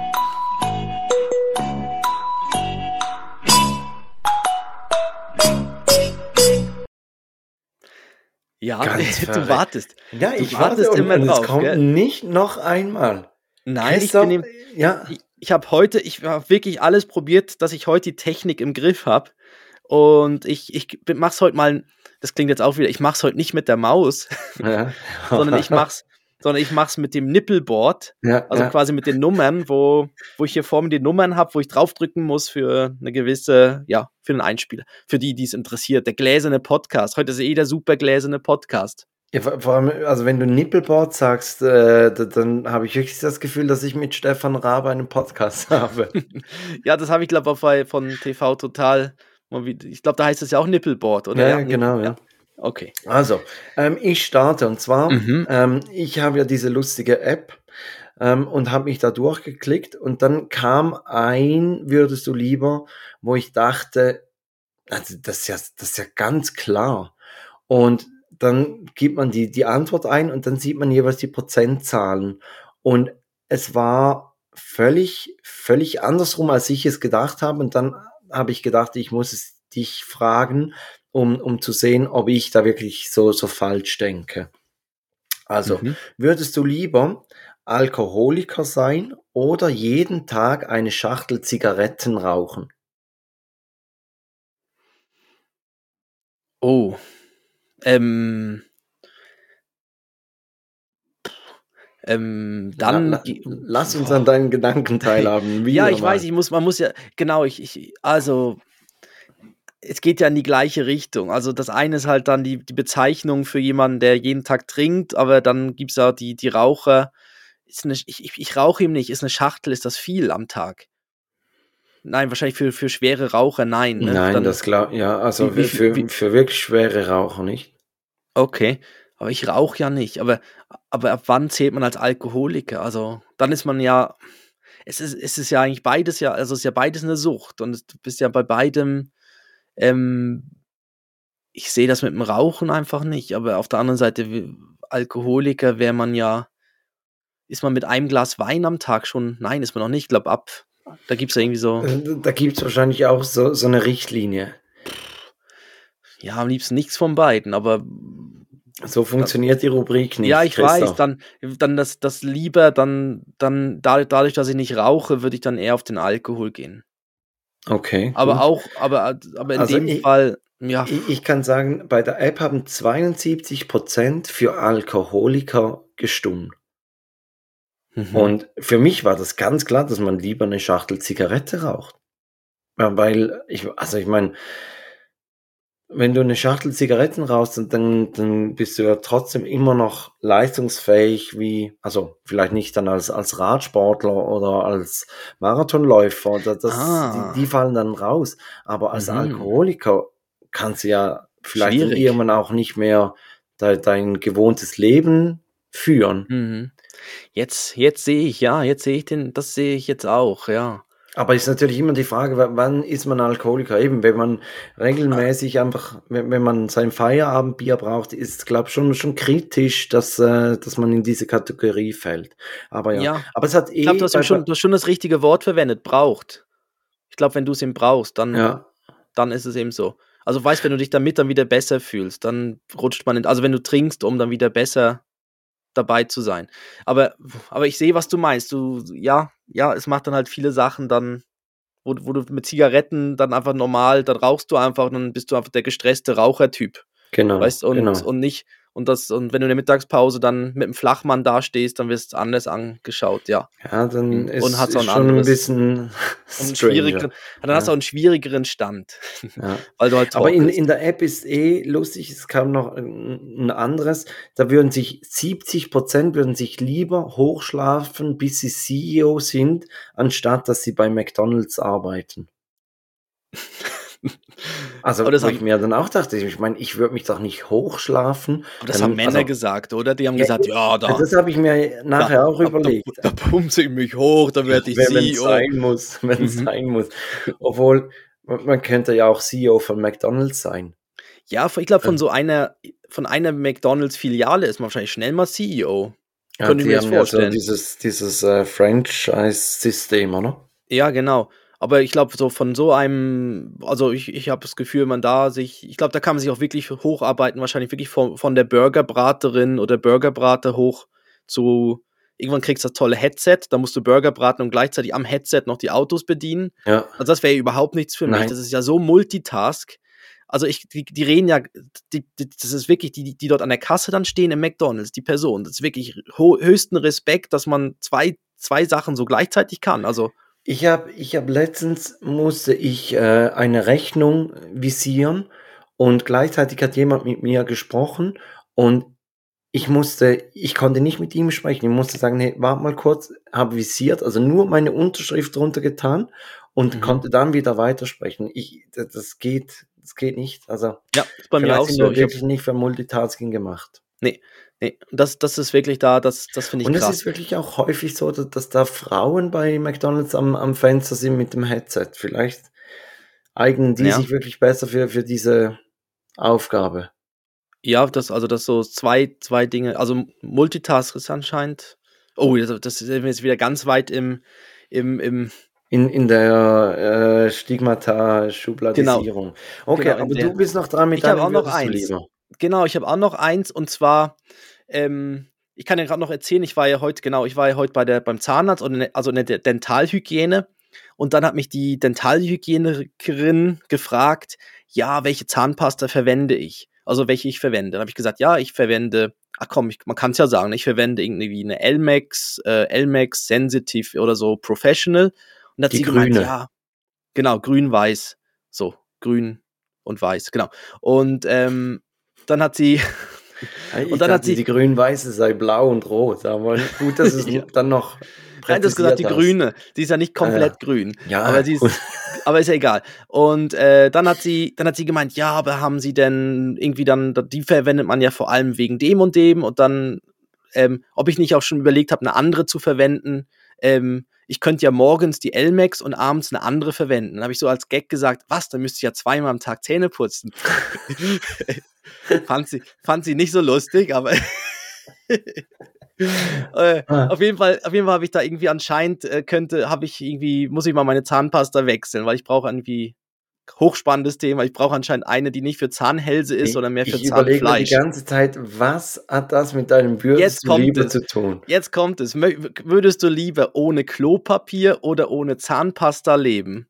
Ja, Ganz du verrückt. wartest. Ja, Du ich wartest warte und, immer und drauf, es kommt gell? nicht noch einmal. Nein, ich Christoph, bin ihm, ja, ich, ich habe heute, ich habe wirklich alles probiert, dass ich heute die Technik im Griff habe. Und ich, ich mach's heute mal, das klingt jetzt auch wieder, ich mach's heute nicht mit der Maus, Ja. sondern ich mach's, sondern ich mach's mit dem Nippelboard, Ja, also ja. quasi mit den Nummern, wo, wo ich hier vor mir die Nummern habe, wo ich draufdrücken muss für eine gewisse, ja, für einen Einspieler, für die, die es interessiert. Der gläserne Podcast. Heute ist eh der super gläserne Podcast. Ja, vor vor allem, also wenn du Nippelboard sagst, äh, da- dann habe ich wirklich das Gefühl, dass ich mit Stefan Raab einen Podcast habe. Ja, das habe ich, glaube ich, von T V Total. Ich glaube, da heißt es ja auch Nippelboard, oder? Ja, ja, Nippel- genau, ja. Okay. Also, ähm, ich starte und zwar, Mhm. ähm, ich habe ja diese lustige App ähm, und habe mich da durchgeklickt und dann kam ein, würdest du lieber, wo ich dachte, also das ist ja, das ist ja ganz klar. Und dann gibt man die, die Antwort ein und dann sieht man jeweils die Prozentzahlen. Und es war völlig, völlig andersrum, als ich es gedacht habe. Und dann habe ich gedacht, ich muss es dich fragen, um, um zu sehen, ob ich da wirklich so, so falsch denke. Also, Mhm. würdest du lieber Alkoholiker sein oder jeden Tag eine Schachtel Zigaretten rauchen? Oh. Ähm. Ähm, La, dann. la, lass uns an deinen Gedanken teilhaben. Ja, Wieder ich weiß, mal. ich muss, man muss ja, genau, ich, ich, also, es geht ja in die gleiche Richtung. Also, das eine ist halt dann die, die Bezeichnung für jemanden, der jeden Tag trinkt, aber dann gibt es ja die, die Raucher. Ist eine, ich, ich, ich rauche ihm nicht, ist eine Schachtel, ist das viel am Tag? Nein, wahrscheinlich für, für schwere Raucher, nein, ne? Nein, Dann, das klar, ja, also wie, wie, für, wie, für wirklich schwere Raucher nicht. okay, aber ich rauche ja nicht. Aber, aber ab wann zählt man als Alkoholiker? Also, dann ist man ja, es ist, es ist ja eigentlich beides ja, also es ist ja beides eine Sucht und du bist ja bei beidem, ähm, ich sehe das mit dem Rauchen einfach nicht, aber auf der anderen Seite, wie- Alkoholiker wäre man ja, ist man mit einem Glas Wein am Tag schon, nein, ist man noch nicht, ich glaube ab, da gibt es ja irgendwie so, Äh, Da gibt's wahrscheinlich auch so, so eine Richtlinie. ja, am liebsten nichts von beiden, aber So funktioniert die Rubrik nicht, ja, ich weiß, Christoph. dann, dann das, das lieber, dann, dann da, dadurch, dass ich nicht rauche, würde ich dann eher auf den Alkohol gehen. Okay, Aber gut. auch, aber, aber in Also dem ich, Fall, ja, ich, ich kann sagen, bei der App haben zweiundsiebzig Prozent für Alkoholiker gestimmt. mhm. Und für mich war das ganz klar, dass man lieber eine Schachtel Zigarette raucht. Ja, weil ich, also ich meine, wenn du eine Schachtel Zigaretten rauchst, dann, dann bist du ja trotzdem immer noch leistungsfähig wie, also vielleicht nicht dann als, als Radsportler oder als Marathonläufer, das, das, Ah, die, die fallen dann raus. Aber als mhm. Alkoholiker kannst du ja vielleicht dann Schwierig. irgendwann auch nicht mehr dein, dein gewohntes Leben führen. Mhm. Jetzt, jetzt sehe ich, ja, jetzt sehe ich den, das sehe ich jetzt auch, ja. Aber ist natürlich immer die Frage, w- wann ist man Alkoholiker? Eben, wenn man regelmäßig einfach, wenn, wenn man sein Feierabendbier braucht, ist, glaube ich, schon, schon kritisch, dass, äh, dass man in diese Kategorie fällt. Aber ja, Ja, aber es hat ich glaube, eh du hast bei, ihm schon, bei du hast schon das richtige Wort verwendet, braucht. Ich glaube, wenn du es ihm brauchst, dann, ja, dann ist es eben so. Also weißt, wenn du dich damit dann wieder besser fühlst, dann rutscht man in, also wenn du trinkst, um dann wieder besser dabei zu sein. Aber, aber ich sehe, was du meinst. Du, ja, ja, es macht dann halt viele Sachen dann, wo, wo du mit Zigaretten dann einfach normal, dann rauchst du einfach und dann bist du einfach der gestresste Rauchertyp. genau, Weißt und, genau. und nicht, und das, und wenn du in der Mittagspause dann mit dem Flachmann dastehst, dann wirst du anders angeschaut, ja. Ja, dann Mhm. ist, Und hast auch ist ein schon ein anderes, bisschen und einen stranger. schwierigeren, dann hast du auch Ja, einen schwierigeren Stand, ja. weil du halt Aber in, torkelst. in der App ist eh lustig, es kam noch ein, ein anderes, da würden sich siebzig Prozent würden sich lieber hochschlafen, bis sie C E O sind, anstatt dass sie bei McDonald's arbeiten. Also, Aber das wo ich haben, mir dann auch dachte, ich meine, ich würde mich doch nicht hochschlafen. aber das haben Dann, Männer also, gesagt, oder? Die haben ja, gesagt, ja, eben, da, das habe ich mir da, nachher auch da, da, überlegt. da pumse ich mich hoch, da werde ich Wenn es C E O. sein muss, wenn es Mhm. sein muss. Obwohl, man man könnte ja auch C E O von McDonald's sein. Ja, ich glaube, von Äh, so einer, von einer McDonalds-Filiale ist man wahrscheinlich schnell mal C E O. Ja, Könnte ich mir die jetzt haben ja so vorstellen. dieses, dieses äh, Franchise-System, oder? Ja, genau. Aber ich glaube, so von so einem, also ich, ich habe das Gefühl, man da sich, ich glaube, da kann man sich auch wirklich hocharbeiten, wahrscheinlich wirklich von, von der Burgerbraterin oder Burgerbrater hoch zu, irgendwann kriegst du das tolle Headset, da musst du Burger braten und gleichzeitig am Headset noch die Autos bedienen. Ja. Also das wäre überhaupt nichts für mich. Nein. Das ist ja so Multitask. Also ich, die, die reden ja, die, die, das ist wirklich, die, die dort an der Kasse dann stehen im McDonald's, die Person. Das ist wirklich ho- höchsten Respekt, dass man zwei, zwei Sachen so gleichzeitig kann. Also Ich habe ich hab letztens musste ich äh, eine Rechnung visieren und gleichzeitig hat jemand mit mir gesprochen und ich musste, ich konnte nicht mit ihm sprechen. Ich musste sagen, hey, warte mal kurz, habe visiert, also nur meine Unterschrift drunter getan und Mhm. konnte dann wieder weitersprechen. Ich, das das geht, das geht nicht. Also ja, ist bei mir vielleicht auch sind so. wir Ich hab, wirklich nicht für Multitasking gemacht. nee, nee, das, das ist wirklich da, das, das finde ich Und es krass. ist wirklich auch häufig so, dass, dass da Frauen bei McDonald's am, am Fenster sind mit dem Headset. Vielleicht eignen die Ja. sich wirklich besser für, für diese Aufgabe. Ja, das, also das so zwei, zwei Dinge, also Multitask ist anscheinend, oh, das, das ist jetzt wieder ganz weit im, im, im, In, in der äh, Stigmata-Schubladisierung. Okay, genau, in aber der- du bist noch dran mit Ich habe deinem auch noch würdest du eins. lieber. Genau, ich habe auch noch eins und zwar, ähm, ich kann ja gerade noch erzählen, ich war ja heute, genau, ich war ja heute bei der, beim Zahnarzt, und in, also in der Dentalhygiene, und dann hat mich die Dentalhygienikerin gefragt, ja, welche Zahnpasta verwende ich? Also welche ich verwende. Dann habe ich gesagt, ja, ich verwende, ach komm, ich, man kann es ja sagen, ich verwende irgendwie eine Elmex, äh, Elmex Sensitive oder so Professional. Und dann hat Die sie gemeint, grüne. ja, genau, grün-weiß, so, grün und weiß, genau. Und ähm, dann hat sie, Hey, ich und dann hat dachte, sie, die grün-weiße sei blau und rot. Aber gut, dass es Ja. dann noch nein, du hast gesagt, die präzisiert hast. grüne, die ist ja nicht komplett Ah, grün, Ja, aber sie gut. ist, aber ist ja egal. Und äh, dann hat sie, dann hat sie gemeint, ja, aber haben sie denn irgendwie dann, die verwendet man ja vor allem wegen dem und dem, und dann, ähm, ob ich nicht auch schon überlegt habe, eine andere zu verwenden. Ähm, ich könnte ja morgens die Elmex und abends eine andere verwenden. Dann habe ich so als Gag gesagt, was, dann müsste ich ja zweimal am Tag Zähne putzen. fand sie, fand sie nicht so lustig, aber äh, Ah. auf jeden Fall, auf jeden Fall habe ich da irgendwie anscheinend äh, könnte, habe ich irgendwie, muss ich mal meine Zahnpasta wechseln, weil ich brauche irgendwie hochspannendes Thema. Ich brauche anscheinend eine, die nicht für Zahnhälse ist, Ich, sondern mehr für ich überlege mir die Zahnfleisch. ganze Zeit, was hat das mit deinem würdest Jetzt du kommt lieber es. zu tun? Jetzt kommt es. Mö- Würdest du lieber ohne Klopapier oder ohne Zahnpasta leben?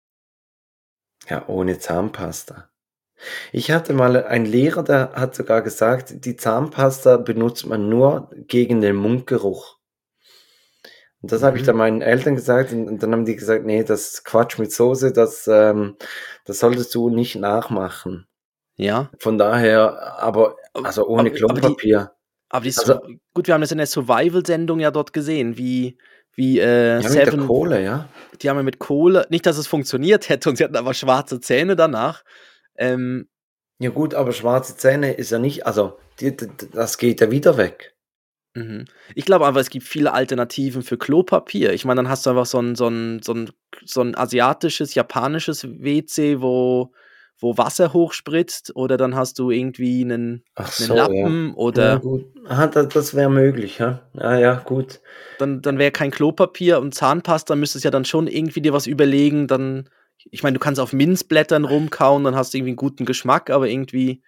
Ja, ohne Zahnpasta. Ich hatte mal einen Lehrer, der hat sogar gesagt, die Zahnpasta benutzt man nur gegen den Mundgeruch. Und das habe ich Mhm. dann meinen Eltern gesagt und, und dann haben die gesagt, nee, das ist Quatsch mit Soße, das, ähm, das solltest du nicht nachmachen. Ja. Von daher, aber also ohne Aber, aber die, Klopapier. aber die Also, Su- gut, wir haben das in der Survival-Sendung ja dort gesehen, wie, wie äh, ja, mit der Seven, Kohle, ja. die haben ja mit Kohle, nicht, dass es funktioniert hätte, und sie hatten aber schwarze Zähne danach. Ähm, Ja gut, aber schwarze Zähne ist ja nicht, also die, die, das geht ja wieder weg. mhm. Ich glaube aber, es gibt viele Alternativen für Klopapier. Ich meine, dann hast du einfach so ein, so ein, so ein, so ein asiatisches, japanisches W C, wo, wo Wasser hochspritzt, oder dann hast du irgendwie einen, Ach einen so, ja. Lappen, Ja, oder gut. Ah, das, das wäre möglich, ja. Ja, ja, gut. dann, dann wäre kein Klopapier, und Zahnpasta müsstest ja dann schon irgendwie dir was überlegen. Dann, ich meine, du kannst auf Minzblättern rumkauen, dann hast du irgendwie einen guten Geschmack, aber irgendwie,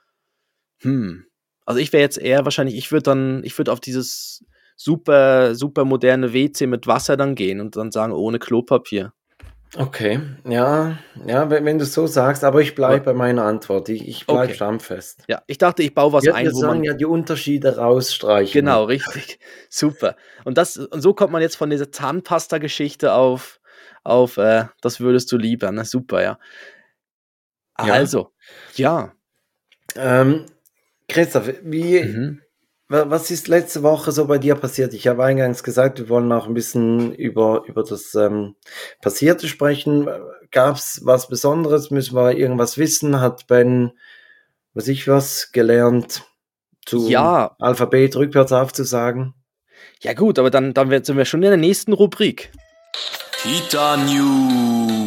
hm. Also ich wäre jetzt eher wahrscheinlich, ich würde dann, ich würde auf dieses super, super moderne W C mit Wasser dann gehen und dann sagen, ohne Klopapier. Okay, ja, ja, wenn, wenn du es so sagst, aber ich bleibe Aber bei meiner Antwort. Ich, ich bleibe okay. standfest. Ja, ich dachte, ich baue was Wir, ein, wir wo sollen man. ja die Unterschiede rausstreichen. Genau, richtig. Super. Und das, und so kommt man jetzt von dieser Zahnpasta-Geschichte auf, auf äh, das würdest du lieber, ne? Super, ja. Ja. Also, ja. Ähm, Christoph, wie, Mhm. wa- was ist letzte Woche so bei dir passiert? Ich habe eingangs gesagt, wir wollen auch ein bisschen über, über das ähm, Passierte sprechen. Gab es was Besonderes? Müssen wir irgendwas wissen? Hat Ben, was ich was, gelernt, zu Ja, Alphabet rückwärts aufzusagen? ja gut, aber dann, dann sind wir schon in der nächsten Rubrik. Kita News.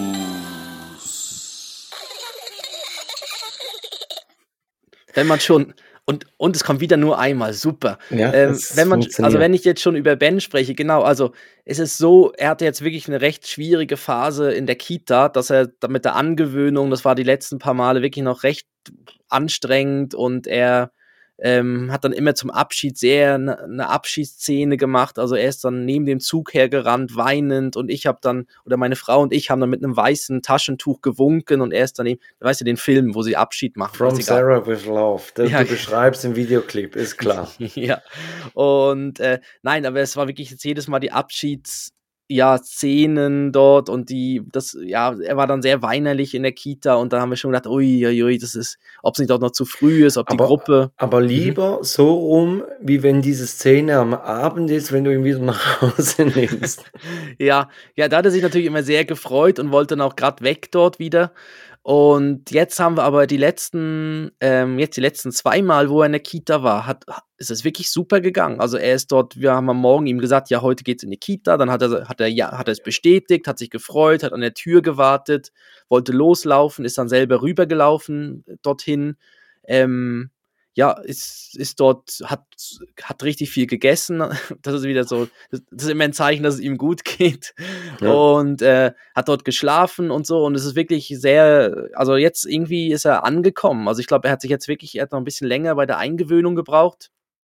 Wenn man schon, und, und es kommt wieder nur einmal, super. Ja, Ähm, es wenn man, also funktioniert. wenn ich jetzt schon über Ben spreche, genau, also es ist so, er hatte jetzt wirklich eine recht schwierige Phase in der Kita, dass er da mit der Angewöhnung, das war die letzten paar Male wirklich noch recht anstrengend, und er ähm, hat dann immer zum Abschied sehr eine, eine Abschiedsszene gemacht. Also er ist dann neben dem Zug hergerannt, weinend, und ich habe dann, oder meine Frau und ich haben dann mit einem weißen Taschentuch gewunken, und er ist dann eben, weißt du, den Film, wo sie Abschied machen. From Sarah with Love, das Ja. du beschreibst im Videoclip, ist klar. Ja, und äh, nein, aber es war wirklich jetzt jedes Mal die Abschieds- ja, Szenen dort, und die, das, ja, er war dann sehr weinerlich in der Kita, und dann haben wir schon gedacht, ui, ui, ui, das ist, ob es nicht auch noch zu früh ist, ob die Aber- Gruppe. Aber lieber so rum, wie wenn diese Szene am Abend ist, wenn du ihn wieder nach Hause nimmst. Ja, ja, da hat er sich natürlich immer sehr gefreut und wollte dann auch gerade weg dort wieder. Und jetzt haben wir aber die letzten, ähm, jetzt die letzten zwei Mal, wo er in der Kita war, hat, ist es wirklich super gegangen. Also er ist dort, wir haben am Morgen ihm gesagt, ja, heute geht's in die Kita. Dann hat er, hat er, ja, hat er es bestätigt, hat sich gefreut, hat an der Tür gewartet, wollte loslaufen, ist dann selber rübergelaufen dorthin. Ähm, ja, ist, ist dort, hat, hat richtig viel gegessen. Das ist wieder so, das, das ist immer ein Zeichen, dass es ihm gut geht. Ja. Und äh, hat dort geschlafen und so. Und es ist wirklich sehr, also jetzt irgendwie ist er angekommen. Also ich glaube, er hat sich jetzt wirklich, er hat noch ein bisschen länger bei der Eingewöhnung gebraucht.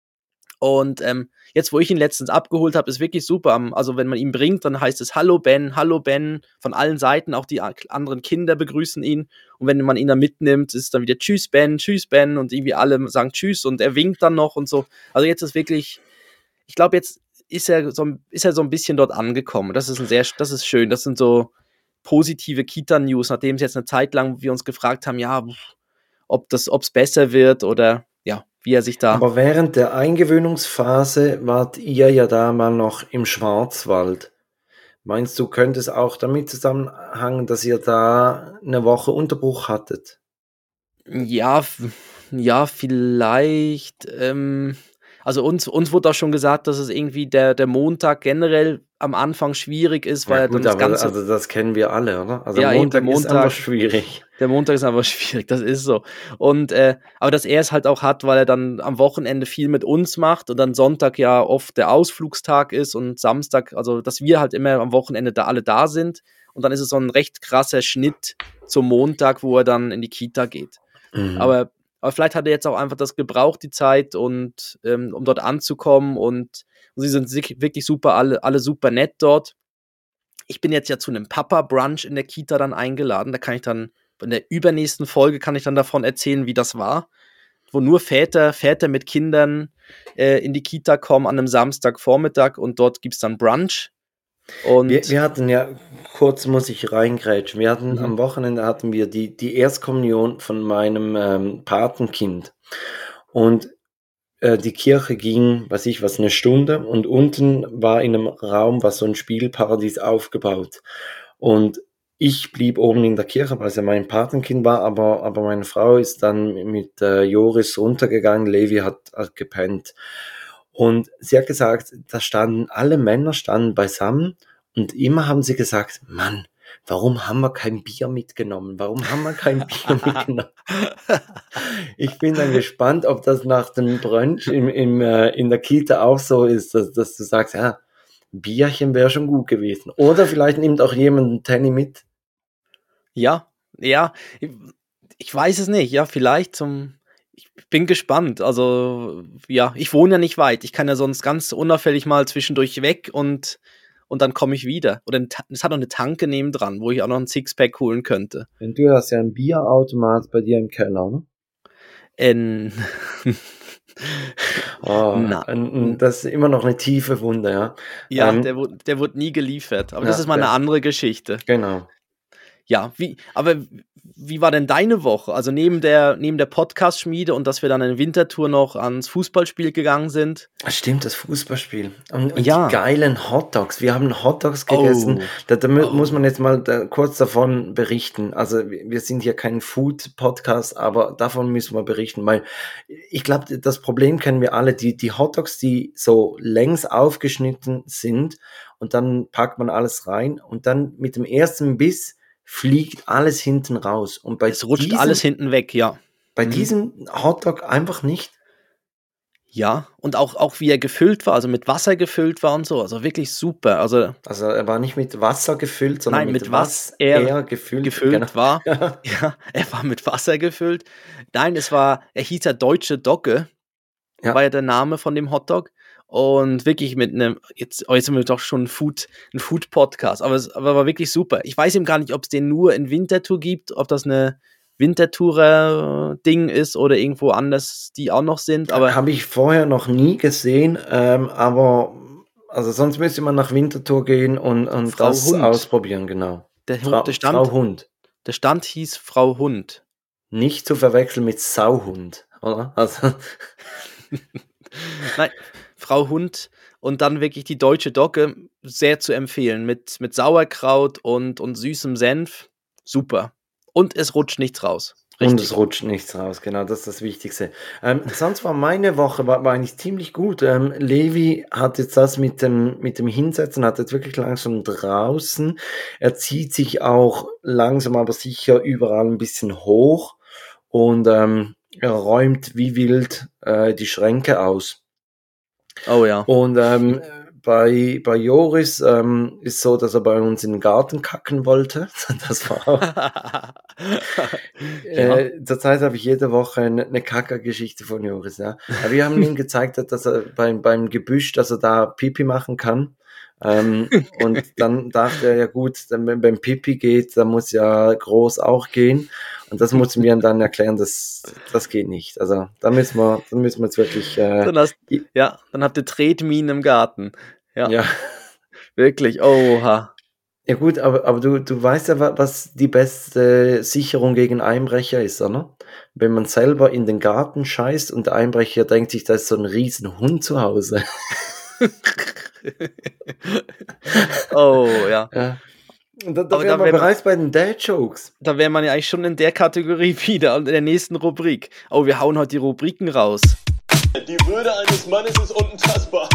Und ähm, jetzt, wo ich ihn letztens abgeholt habe, ist wirklich super. Also wenn man ihn bringt, dann heißt es Hallo Ben, Hallo Ben, von allen Seiten, auch die anderen Kinder begrüßen ihn. Und wenn man ihn dann mitnimmt, ist es dann wieder Tschüss Ben, Tschüss Ben, und irgendwie alle sagen Tschüss, und er winkt dann noch und so. Also jetzt ist wirklich, ich glaube, jetzt ist er so, ist er so ein bisschen dort angekommen. Das ist ein sehr, das ist schön. Das sind so positive Kita-News, nachdem es jetzt eine Zeit lang wir uns gefragt haben, ja, ob das, ob es besser wird oder ja, wie er sich da. Aber während der Eingewöhnungsphase wart ihr ja da mal noch im Schwarzwald. Meinst du, könnte es auch damit zusammenhängen, dass ihr da eine Woche Unterbruch hattet? Ja, f- ja, vielleicht. Ähm, also uns, uns wurde auch schon gesagt, dass es irgendwie der, der Montag generell am Anfang schwierig ist, weil Ja, er dann gut, das aber Ganze. also das kennen wir alle, oder? Also Ja, eben, der Montag ist Montag- einfach schwierig. Der Montag ist einfach schwierig, das ist so. Und äh, aber dass er es halt auch hat, weil er dann am Wochenende viel mit uns macht und dann Sonntag ja oft der Ausflugstag ist und Samstag, also dass wir halt immer am Wochenende da alle da sind, und dann ist es so ein recht krasser Schnitt zum Montag, wo er dann in die Kita geht. Mhm. Aber, aber vielleicht hat er jetzt auch einfach das gebraucht, die Zeit, und ähm, um dort anzukommen, und, und sie sind sich- wirklich super, alle, alle super nett dort. Ich bin jetzt ja zu einem Papa-Brunch in der Kita dann eingeladen, da kann ich dann in der übernächsten Folge kann ich dann davon erzählen, wie das war, wo nur Väter, Väter mit Kindern äh, in die Kita kommen an einem Samstagvormittag, und dort gibt es dann Brunch. Und Wir, wir hatten ja, kurz muss ich reingrätschen, wir hatten Mhm. am Wochenende hatten wir die, die Erstkommunion von meinem ähm, Patenkind. Und äh, die Kirche ging, weiß ich was, eine Stunde, und unten war in einem Raum, was so ein Spielparadies aufgebaut. Und ich blieb oben in der Kirche, weil es ja mein Patenkind war, aber, aber meine Frau ist dann mit äh, Joris runtergegangen, Levi hat, hat gepennt. Und sie hat gesagt, da standen alle Männer standen beisammen, und immer haben sie gesagt, Mann, warum haben wir kein Bier mitgenommen? Warum haben wir kein Bier mitgenommen? Ich bin dann gespannt, ob das nach dem Brunch im, im, äh, in der Kita auch so ist, dass, dass du sagst, ja, ein Bierchen wäre schon gut gewesen. Oder vielleicht nimmt auch jemand einen Tenny mit. ja, ja, ich, ich weiß es nicht, ja, vielleicht zum, ich bin gespannt, also, ja, ich wohne ja nicht weit, ich kann ja sonst ganz unauffällig mal zwischendurch weg, und, und dann komme ich wieder. Oder ein Ta- es hat noch eine Tanke nebendran, wo ich auch noch ein Sixpack holen könnte. Denn du hast ja einen Bierautomat bei dir im Keller, ne? Ähm, Oh, Na. ein- ein- das ist immer noch eine tiefe Wunde, ja. ja, Ähm, der, wurde, der wurde nie geliefert, aber ja, das ist mal eine der- andere Geschichte. Genau. Ja, wie, aber wie war denn deine Woche? Also neben der, neben der Podcast-Schmiede und dass wir dann in Winterthur noch ans Fußballspiel gegangen sind. Stimmt, das Fußballspiel. Und, und Ja. die geilen Hotdogs. Wir haben Hotdogs gegessen. Oh. Da, da mu- Oh. muss man jetzt mal da, kurz davon berichten. Also wir wir sind hier kein Food-Podcast, aber davon müssen wir berichten, weil ich glaube, das Problem kennen wir alle. Die, die Hotdogs, die so längs aufgeschnitten sind, und dann packt man alles rein, und dann mit dem ersten Biss fliegt alles hinten raus. Und bei Es rutscht diesem, alles hinten weg, ja. bei Mhm. diesem Hotdog einfach nicht. Ja, und auch, auch wie er gefüllt war, also mit Wasser gefüllt war und so, also wirklich super. Also Also er war nicht mit Wasser gefüllt, sondern Nein, mit, mit was was er er gefüllt, gefüllt genau. war. Ja, er war mit Wasser gefüllt. Nein, es war, er hieß ja Deutsche Dogge. Ja. war ja der Name von dem Hotdog. Und wirklich mit einem, jetzt, oh, jetzt sind wir doch schon ein Food, ein Food-Podcast, aber es aber war wirklich super. Ich weiß eben gar nicht, ob es den nur in Winterthur gibt, ob das eine Winterthurer-Ding ist oder irgendwo anders, die auch noch sind. Aber Habe ich vorher noch nie gesehen, ähm, aber also sonst müsste man nach Winterthur gehen und, und Frau das Hund. ausprobieren, genau. der, Frau, der, Stand, Frau Hund. der Stand hieß Frau Hund. Nicht zu verwechseln mit Sauhund, oder? Also, Nein, Frau Hund und dann wirklich die deutsche Dogge, sehr zu empfehlen, mit, mit Sauerkraut und, und süßem Senf, super. Und es rutscht nichts raus. und Richtig. es rutscht nichts raus, genau, das ist das Wichtigste. Ähm, sonst war meine Woche war, war eigentlich ziemlich gut. Ähm, Levi hat jetzt das mit dem, mit dem Hinsetzen, hat jetzt wirklich langsam draußen. Er zieht sich auch langsam, aber sicher überall ein bisschen hoch und ähm, er räumt wie wild äh, die Schränke aus. Oh ja. Und ähm, bei, bei Joris ähm, ist so, dass er bei uns in den Garten kacken wollte. Das war auch. Ja. Äh, zurzeit habe ich jede Woche eine, eine Kacker-Geschichte von Joris. Ja. Aber wir haben ihm gezeigt, dass er beim, beim Gebüsch, dass er da Pipi machen kann. Ähm, und dann dachte er, ja gut, dann, wenn beim Pipi geht, dann muss ja groß auch gehen. Und das mussten wir ihm dann erklären, das, das geht nicht. Also da müssen wir, dann müssen wir jetzt wirklich. Äh, Dann hast, ja, dann habt ihr Tretminen im Garten. Ja, ja. wirklich. Oha. Ja gut, aber, aber du, du weißt ja, wa- was die beste Sicherung gegen Einbrecher ist, oder? Wenn man selber in den Garten scheißt und der Einbrecher denkt sich, da ist so ein riesen Hund zu Hause. Oh ja. Ja. Und da, da Aber wären da wir wär man- bereits bei den Dad-Jokes. Da wäre man ja eigentlich schon in der Kategorie wieder und in der nächsten Rubrik. Oh, wir hauen heute die Rubriken raus. Die Würde eines Mannes ist unantastbar.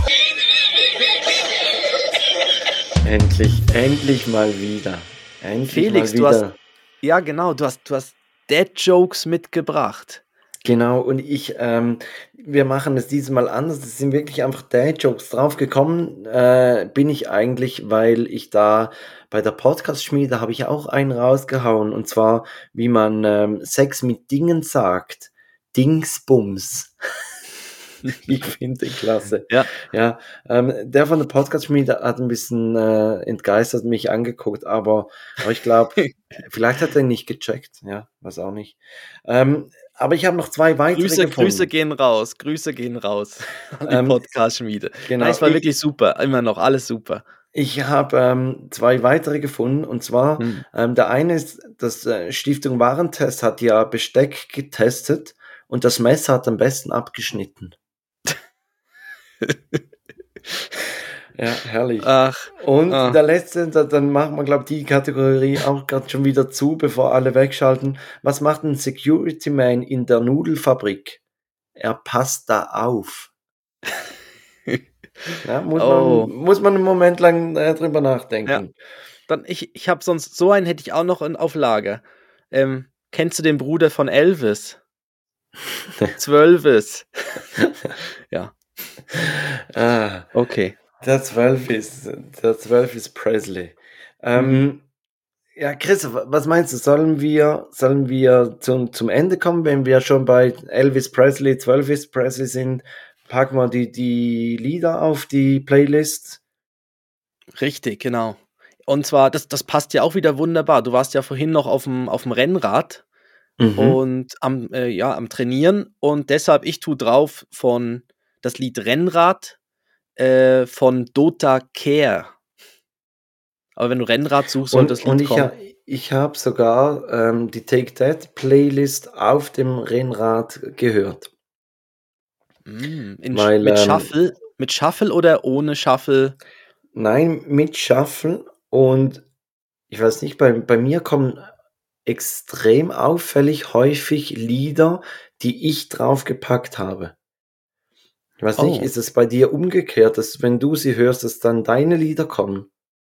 Endlich, endlich mal wieder. Endlich Felix, mal du wieder. hast, ja genau, du hast, du hast Dad-Jokes mitgebracht. Genau, und ich, ähm, wir machen es dieses Mal anders. Es sind wirklich einfach Dad-Jokes drauf gekommen, äh, bin ich eigentlich, weil ich da bei der Podcast-Schmiede habe ich auch einen rausgehauen. Und zwar, wie man ähm, Sex mit Dingen sagt. Dingsbums. Ich finde den klasse. Ja. Ja, ähm, der von der Podcast-Schmiede hat ein bisschen äh, entgeistert mich angeguckt, aber, aber ich glaube, vielleicht hat er ihn nicht gecheckt. Ja, weiß auch nicht. Ähm, aber ich habe noch zwei weitere Grüße, gefunden. Grüße gehen raus, Grüße gehen raus an die Ähm, Podcast-Schmiede. genau, Nein, es war ich- wirklich super, immer noch, alles super. Ich habe ähm, zwei weitere gefunden, und zwar Hm. ähm, der eine ist, dass äh, Stiftung Warentest hat ja Besteck getestet und das Messer hat am besten abgeschnitten. Ja, herrlich. Ach, Und ah. der letzte, da, dann machen wir, glaube ich, die Kategorie auch gerade schon wieder zu, bevor alle wegschalten. Was macht ein Security Man in der Nudelfabrik? Er passt da auf. Ja, muss, Oh. man, muss man einen Moment lang äh, drüber nachdenken. dann ich, ich habe sonst, so einen hätte ich auch noch in, auf Lager. Ähm, kennst du den Bruder von Elvis? Zwölvis. Ja, Ah, okay. der zwölf ist, der zwölf ist Presley. Ähm, ja, Chris, was meinst du? Sollen wir, sollen wir zum, zum Ende kommen, wenn wir schon bei Elvis Presley, zwölf Presley sind? Packen wir die, die Lieder auf die Playlist. Richtig, genau. Und zwar, das, das passt ja auch wieder wunderbar. Du warst ja vorhin noch auf dem, auf dem Rennrad Mhm. und am, äh, ja, am Trainieren. Und deshalb, ich tue drauf von das Lied Rennrad äh, von Dota Care. Aber wenn du Rennrad suchst, soll Und, das und Lied ich, kommen. ha- ich habe sogar ähm, die Take That Playlist auf dem Rennrad gehört. Mm, in, weil, mit ähm, Shuffle, mit Shuffle oder ohne Shuffle? Nein, mit Shuffle, und ich weiß nicht, bei, bei mir kommen extrem auffällig häufig Lieder, die ich draufgepackt habe. Ich weiß nicht, Oh. ist es bei dir umgekehrt, dass wenn du sie hörst, dass dann deine Lieder kommen?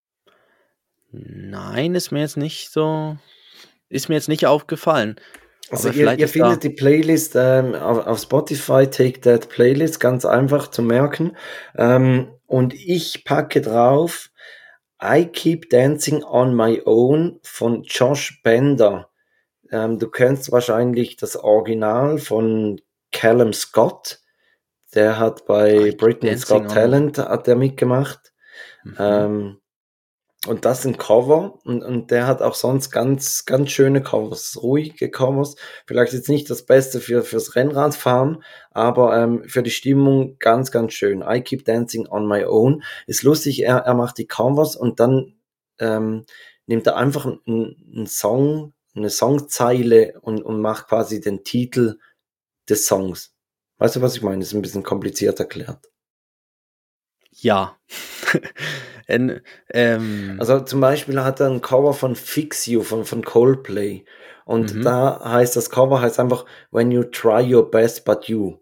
Nein, ist mir jetzt nicht so, ist mir jetzt nicht aufgefallen. Also Aber ihr, vielleicht ihr ist da- findet die Playlist ähm, auf, auf Spotify, Take That Playlist, ganz einfach zu merken. Ähm, und ich packe drauf I Keep Dancing on My Own von Josh Bender. Ähm, du kennst wahrscheinlich das Original von Callum Scott. Der hat bei Britain's Dancing Got on- Talent hat der mitgemacht. Mhm. Ähm, und das ein Cover. Und, und der hat auch sonst ganz, ganz schöne Covers, ruhige Covers. Vielleicht jetzt nicht das Beste für, fürs Rennradfahren, aber ähm, für die Stimmung ganz, ganz schön. I Keep Dancing on My Own. Ist lustig, er, er macht die Covers und dann ähm, nimmt er einfach einen, einen Song, eine Songzeile und, und macht quasi den Titel des Songs. Weißt du, was ich meine? Ist ein bisschen kompliziert erklärt. Ja. En, ähm, Also zum Beispiel hat er ein Cover von Fix You von, von Coldplay. Und Mhm. da heißt das Cover heißt einfach When You Try Your Best But You.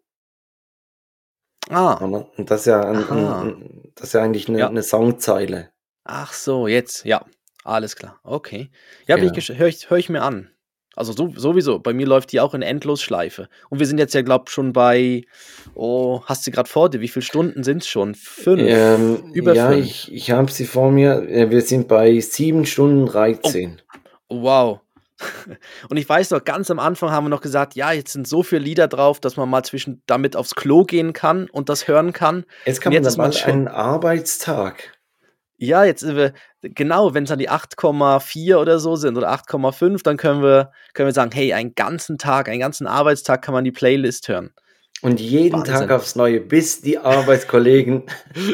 ah, Oder? Und das ist ja, ein, ein, Aha. ein, das ist ja eigentlich eine, Ja. eine Songzeile. ach so, jetzt, ja, alles klar, okay. Ja, Genau. höre ich, hör ich mir an. Also so, sowieso, bei mir läuft die auch in Endlosschleife. Und wir sind jetzt ja, glaube ich, schon bei, oh, hast du gerade vor dir, wie viele Stunden sind es schon? Fünf? Ähm, Über ja, fünf. ich, ich habe sie vor mir. Äh, Wir sind bei sieben Stunden dreizehn. Wow. Und ich weiß noch, ganz am Anfang haben wir noch gesagt, ja, jetzt sind so viele Lieder drauf, dass man mal zwischen damit aufs Klo gehen kann und das hören kann. Jetzt kann Und man jetzt ist dann man mal schon, einen Arbeitstag. ja, jetzt sind wir, genau, wenn es dann die acht Komma vier oder so sind oder acht Komma fünf, dann können wir, können wir sagen, hey, einen ganzen Tag, einen ganzen Arbeitstag kann man die Playlist hören. Und jeden Wahnsinn. Tag aufs Neue, bis die Arbeitskollegen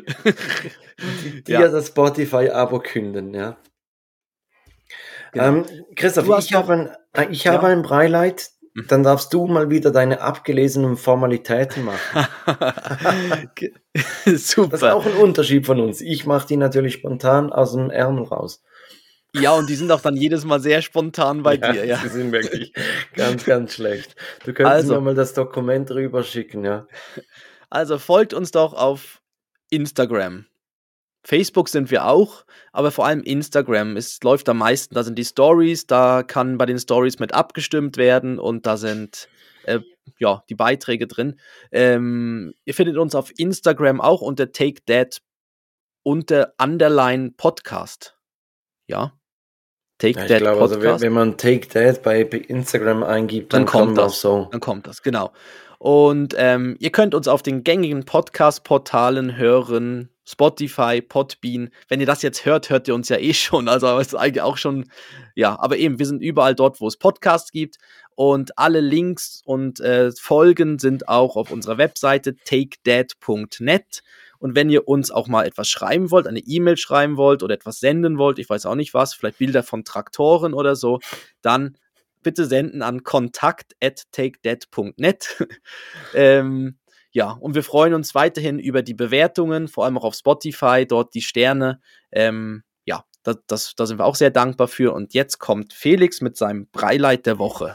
dir Ja. das Spotify-Abo künden, ja. Genau. Ähm, Christoph, Du hast ich habe ein, äh, ich habe Ja. ein Beileid. Dann darfst du mal wieder deine abgelesenen Formalitäten machen. Ge- Das ist Super. auch ein Unterschied von uns. Ich mache die natürlich spontan aus dem Ärmel raus. Ja, und die sind auch dann jedes Mal sehr spontan bei dir, ja. Sie sind wirklich ganz, ganz schlecht. Du könntest Also. mir mal das Dokument rüberschicken, ja. Also folgt uns doch auf Instagram. Facebook sind wir auch, aber vor allem Instagram. Es läuft am meisten, da sind die Stories, da kann bei den Stories mit abgestimmt werden und da sind äh, ja, die Beiträge drin. Ähm, ihr findet uns auf Instagram auch unter Take That unter Underline Podcast. Ja, Take Ja, ich That glaube, also wenn, Podcast. wenn man Take That bei Instagram eingibt, Dann dann, kommt kommen wir das. auch so. Dann kommt das, genau. Und ähm, ihr könnt uns auf den gängigen Podcast-Portalen hören, Spotify, Podbean. Wenn ihr das jetzt hört, hört ihr uns ja eh schon. Also es ist eigentlich auch schon, ja, aber eben, wir sind überall dort, wo es Podcasts gibt. Und alle Links und äh, Folgen sind auch auf unserer Webseite take that punkt net. Und wenn ihr uns auch mal etwas schreiben wollt, eine E-Mail schreiben wollt oder etwas senden wollt, ich weiß auch nicht was, vielleicht Bilder von Traktoren oder so, dann bitte senden an kontakt at take that punkt net. ähm, ja, und wir freuen uns weiterhin über die Bewertungen, vor allem auch auf Spotify, dort die Sterne. Ähm, ja, da, das, da sind wir auch sehr dankbar für. Und jetzt kommt Felix mit seinem Breileid der Woche.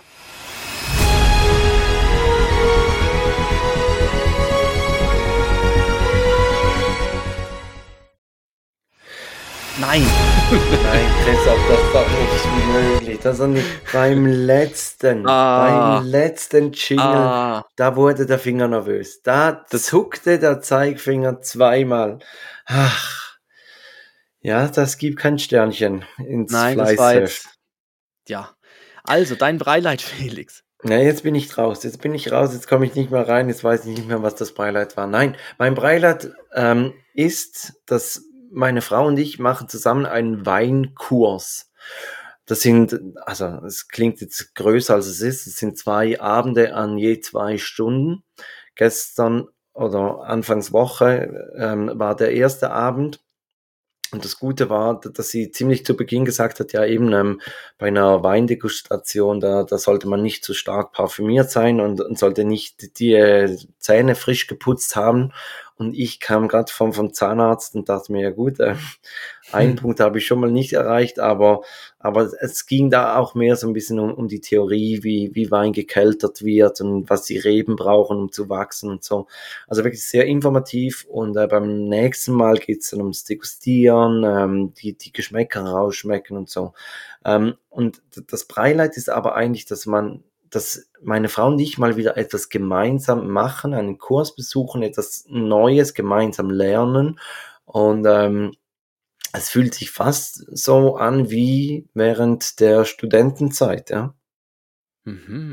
Nein. Nein, Christoph, das ist doch nicht möglich. Das ist doch nicht beim letzten, Ah. beim letzten Jingle, Ah, da wurde der Finger nervös. Da Das- zuckte der Zeigefinger zweimal. Ach, ja, das gibt kein Sternchen ins nein, das war Fleißheft. jetzt. Ja. Also, dein Breileid, Felix. Ja, jetzt bin ich raus. Jetzt bin ich raus. Jetzt komme ich nicht mehr rein. Jetzt weiß ich nicht mehr, was das Beileid war. Nein, mein Beileid ähm, ist, dass meine Frau und ich machen zusammen einen Weinkurs. Das sind, also es klingt jetzt größer als es ist. Es sind zwei Abende an je zwei Stunden. Gestern oder Anfangswoche ähm, war der erste Abend. Und das Gute war, dass sie ziemlich zu Beginn gesagt hat, ja eben ähm, bei einer Weindegustation, da, da sollte man nicht zu stark parfümiert sein und, und sollte nicht die äh, Zähne frisch geputzt haben. Und ich kam gerade vom, vom Zahnarzt und dachte mir, ja gut, äh, einen Punkt habe ich schon mal nicht erreicht, aber, aber es ging da auch mehr so ein bisschen um, um die Theorie, wie, wie Wein gekeltert wird und was die Reben brauchen, um zu wachsen und so. Also wirklich sehr informativ und äh, beim nächsten Mal geht's dann ums Degustieren, ähm, die, die Geschmäcker rausschmecken und so. Ähm, und das Beileid ist aber eigentlich, dass man, dass meine Frau und ich mal wieder etwas gemeinsam machen, einen Kurs besuchen, etwas Neues gemeinsam lernen und ähm, es fühlt sich fast so an wie während der Studentenzeit, ja. Mhm.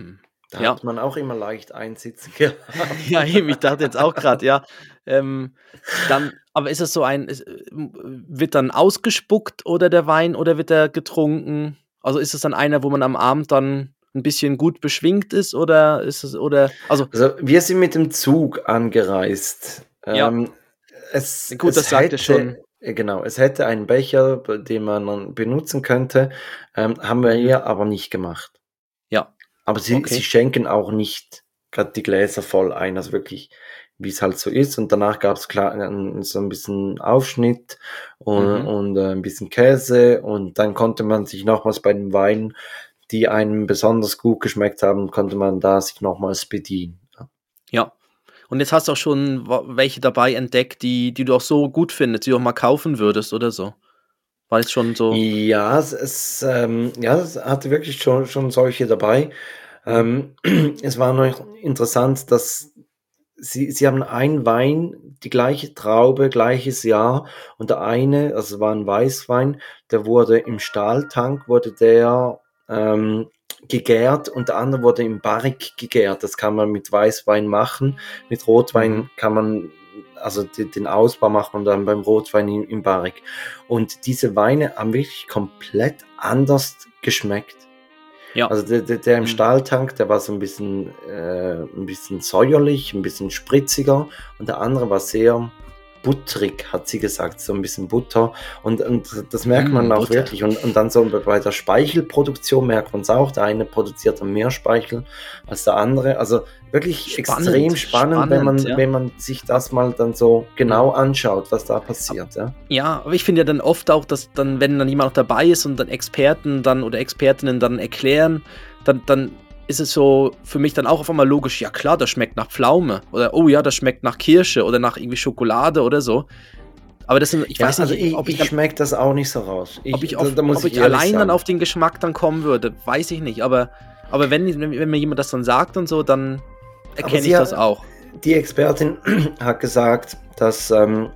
Da Ja. hat man auch immer leicht einsitzen gehabt. Ja, eben, ich dachte jetzt auch gerade, ja. Ähm, dann, aber ist es so ein, ist, äh, wird dann ausgespuckt oder der Wein oder wird er getrunken? Also ist es dann einer, wo man am Abend dann ein bisschen gut beschwingt ist oder ist es, oder, also, Also wir sind mit dem Zug angereist. Ja. Ähm, es, Gut, es das sagt hätte, er schon. äh, genau, es hätte einen Becher, den man dann benutzen könnte, ähm, haben wir Mhm. hier aber nicht gemacht. Ja, Aber sie, Okay. sie schenken auch nicht gerade die Gläser voll ein, also wirklich, wie es halt so ist. Und danach gab es klar ein- so ein bisschen Aufschnitt und, Mhm. und äh, ein bisschen Käse. Und dann konnte man sich nochmals bei den Weinen, die einem besonders gut geschmeckt haben, konnte man da sich nochmals bedienen. ja. Und jetzt hast du auch schon wa- welche dabei entdeckt, die, die du auch so gut findest, die du auch mal kaufen würdest oder so. War es schon so? Ja, es, es, ähm, ja, es hatte wirklich schon, schon solche dabei. Mhm. Ähm, es war noch interessant, dass sie, sie haben einen Wein, die gleiche Traube, gleiches Jahr, und der eine, also es war ein Weißwein, der wurde im Stahltank, wurde der ähm, gegärt, und der andere wurde im Barrique gegärt. Das kann man mit Weißwein machen. Mit Rotwein Mhm. kann man, also die, den Ausbau macht man dann beim Rotwein im, im Barrique. Und diese Weine haben wirklich komplett anders geschmeckt. Ja. Also der, der, der im Mhm. Stahltank, der war so ein bisschen, äh, ein bisschen säuerlich, ein bisschen spritziger, und der andere war sehr butterig, hat sie gesagt, so ein bisschen Butter, und, und das merkt man Mm, auch Butter. wirklich, und, und dann so bei der Speichelproduktion merkt man es auch, der eine produziert dann mehr Speichel als der andere, also wirklich Spannend, extrem spannend, wenn man, spannend, ja. wenn man sich das mal dann so genau anschaut, was da passiert, ja. Ja, aber ich finde ja dann oft auch, dass dann, wenn dann jemand noch dabei ist und dann Experten dann oder Expertinnen dann erklären, dann, dann ist es so für mich dann auch auf einmal logisch, ja klar, das schmeckt nach Pflaume oder oh ja, das schmeckt nach Kirsche oder nach irgendwie Schokolade oder so. Aber das sind, ich Ja, weiß nicht, also ich, ob ich, ich dann, schmecke das auch nicht so raus. ob ich, da- auf, da muss ob ich ehrlich allein dann sagen. auf den Geschmack dann kommen würde, weiß ich nicht. Aber, aber wenn, wenn, wenn mir jemand das dann sagt und so, dann erkenne sie ich hat- das auch. Die Expertin hat gesagt, dass ähm,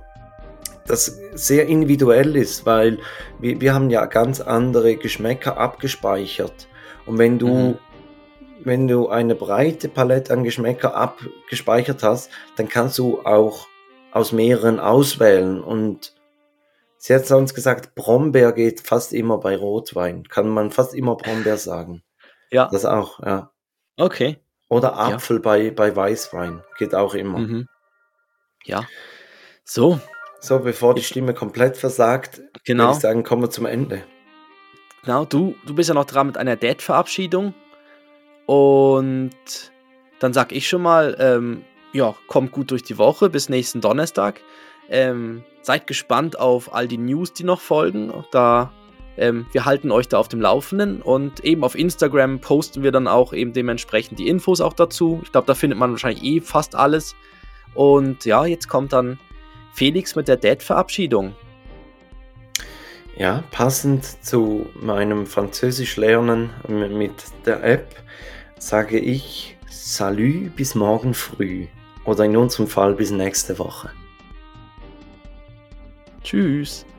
das sehr individuell ist, weil wir, wir haben ja ganz andere Geschmäcker abgespeichert. Und wenn du, Mhm. wenn du eine breite Palette an Geschmäcker abgespeichert hast, dann kannst du auch aus mehreren auswählen. Und sie hat sonst gesagt, Brombeer geht fast immer bei Rotwein. Kann man fast immer Brombeer sagen. Ja, Das auch, ja. okay. Oder Ja. Apfel bei, bei Weißwein. Geht auch immer. Mhm. Ja. So, So, bevor die Jetzt- Stimme komplett versagt, Genau. würde ich sagen, kommen wir zum Ende. genau, du, du bist ja noch dran mit einer Dad-Verabschiedung. Und dann sag ich schon mal, ähm, ja, kommt gut durch die Woche, bis nächsten Donnerstag. Ähm, seid gespannt auf all die News, die noch folgen. Da, ähm, wir halten euch da auf dem Laufenden und eben auf Instagram posten wir dann auch eben dementsprechend die Infos auch dazu. Ich glaube, da findet man wahrscheinlich eh fast alles. Und ja, jetzt kommt dann Felix mit der Dad-Verabschiedung. Ja, passend zu meinem Französisch lernen m- mit der App sage ich Salut bis morgen früh. Oder in unserem Fall bis nächste Woche. Tschüss.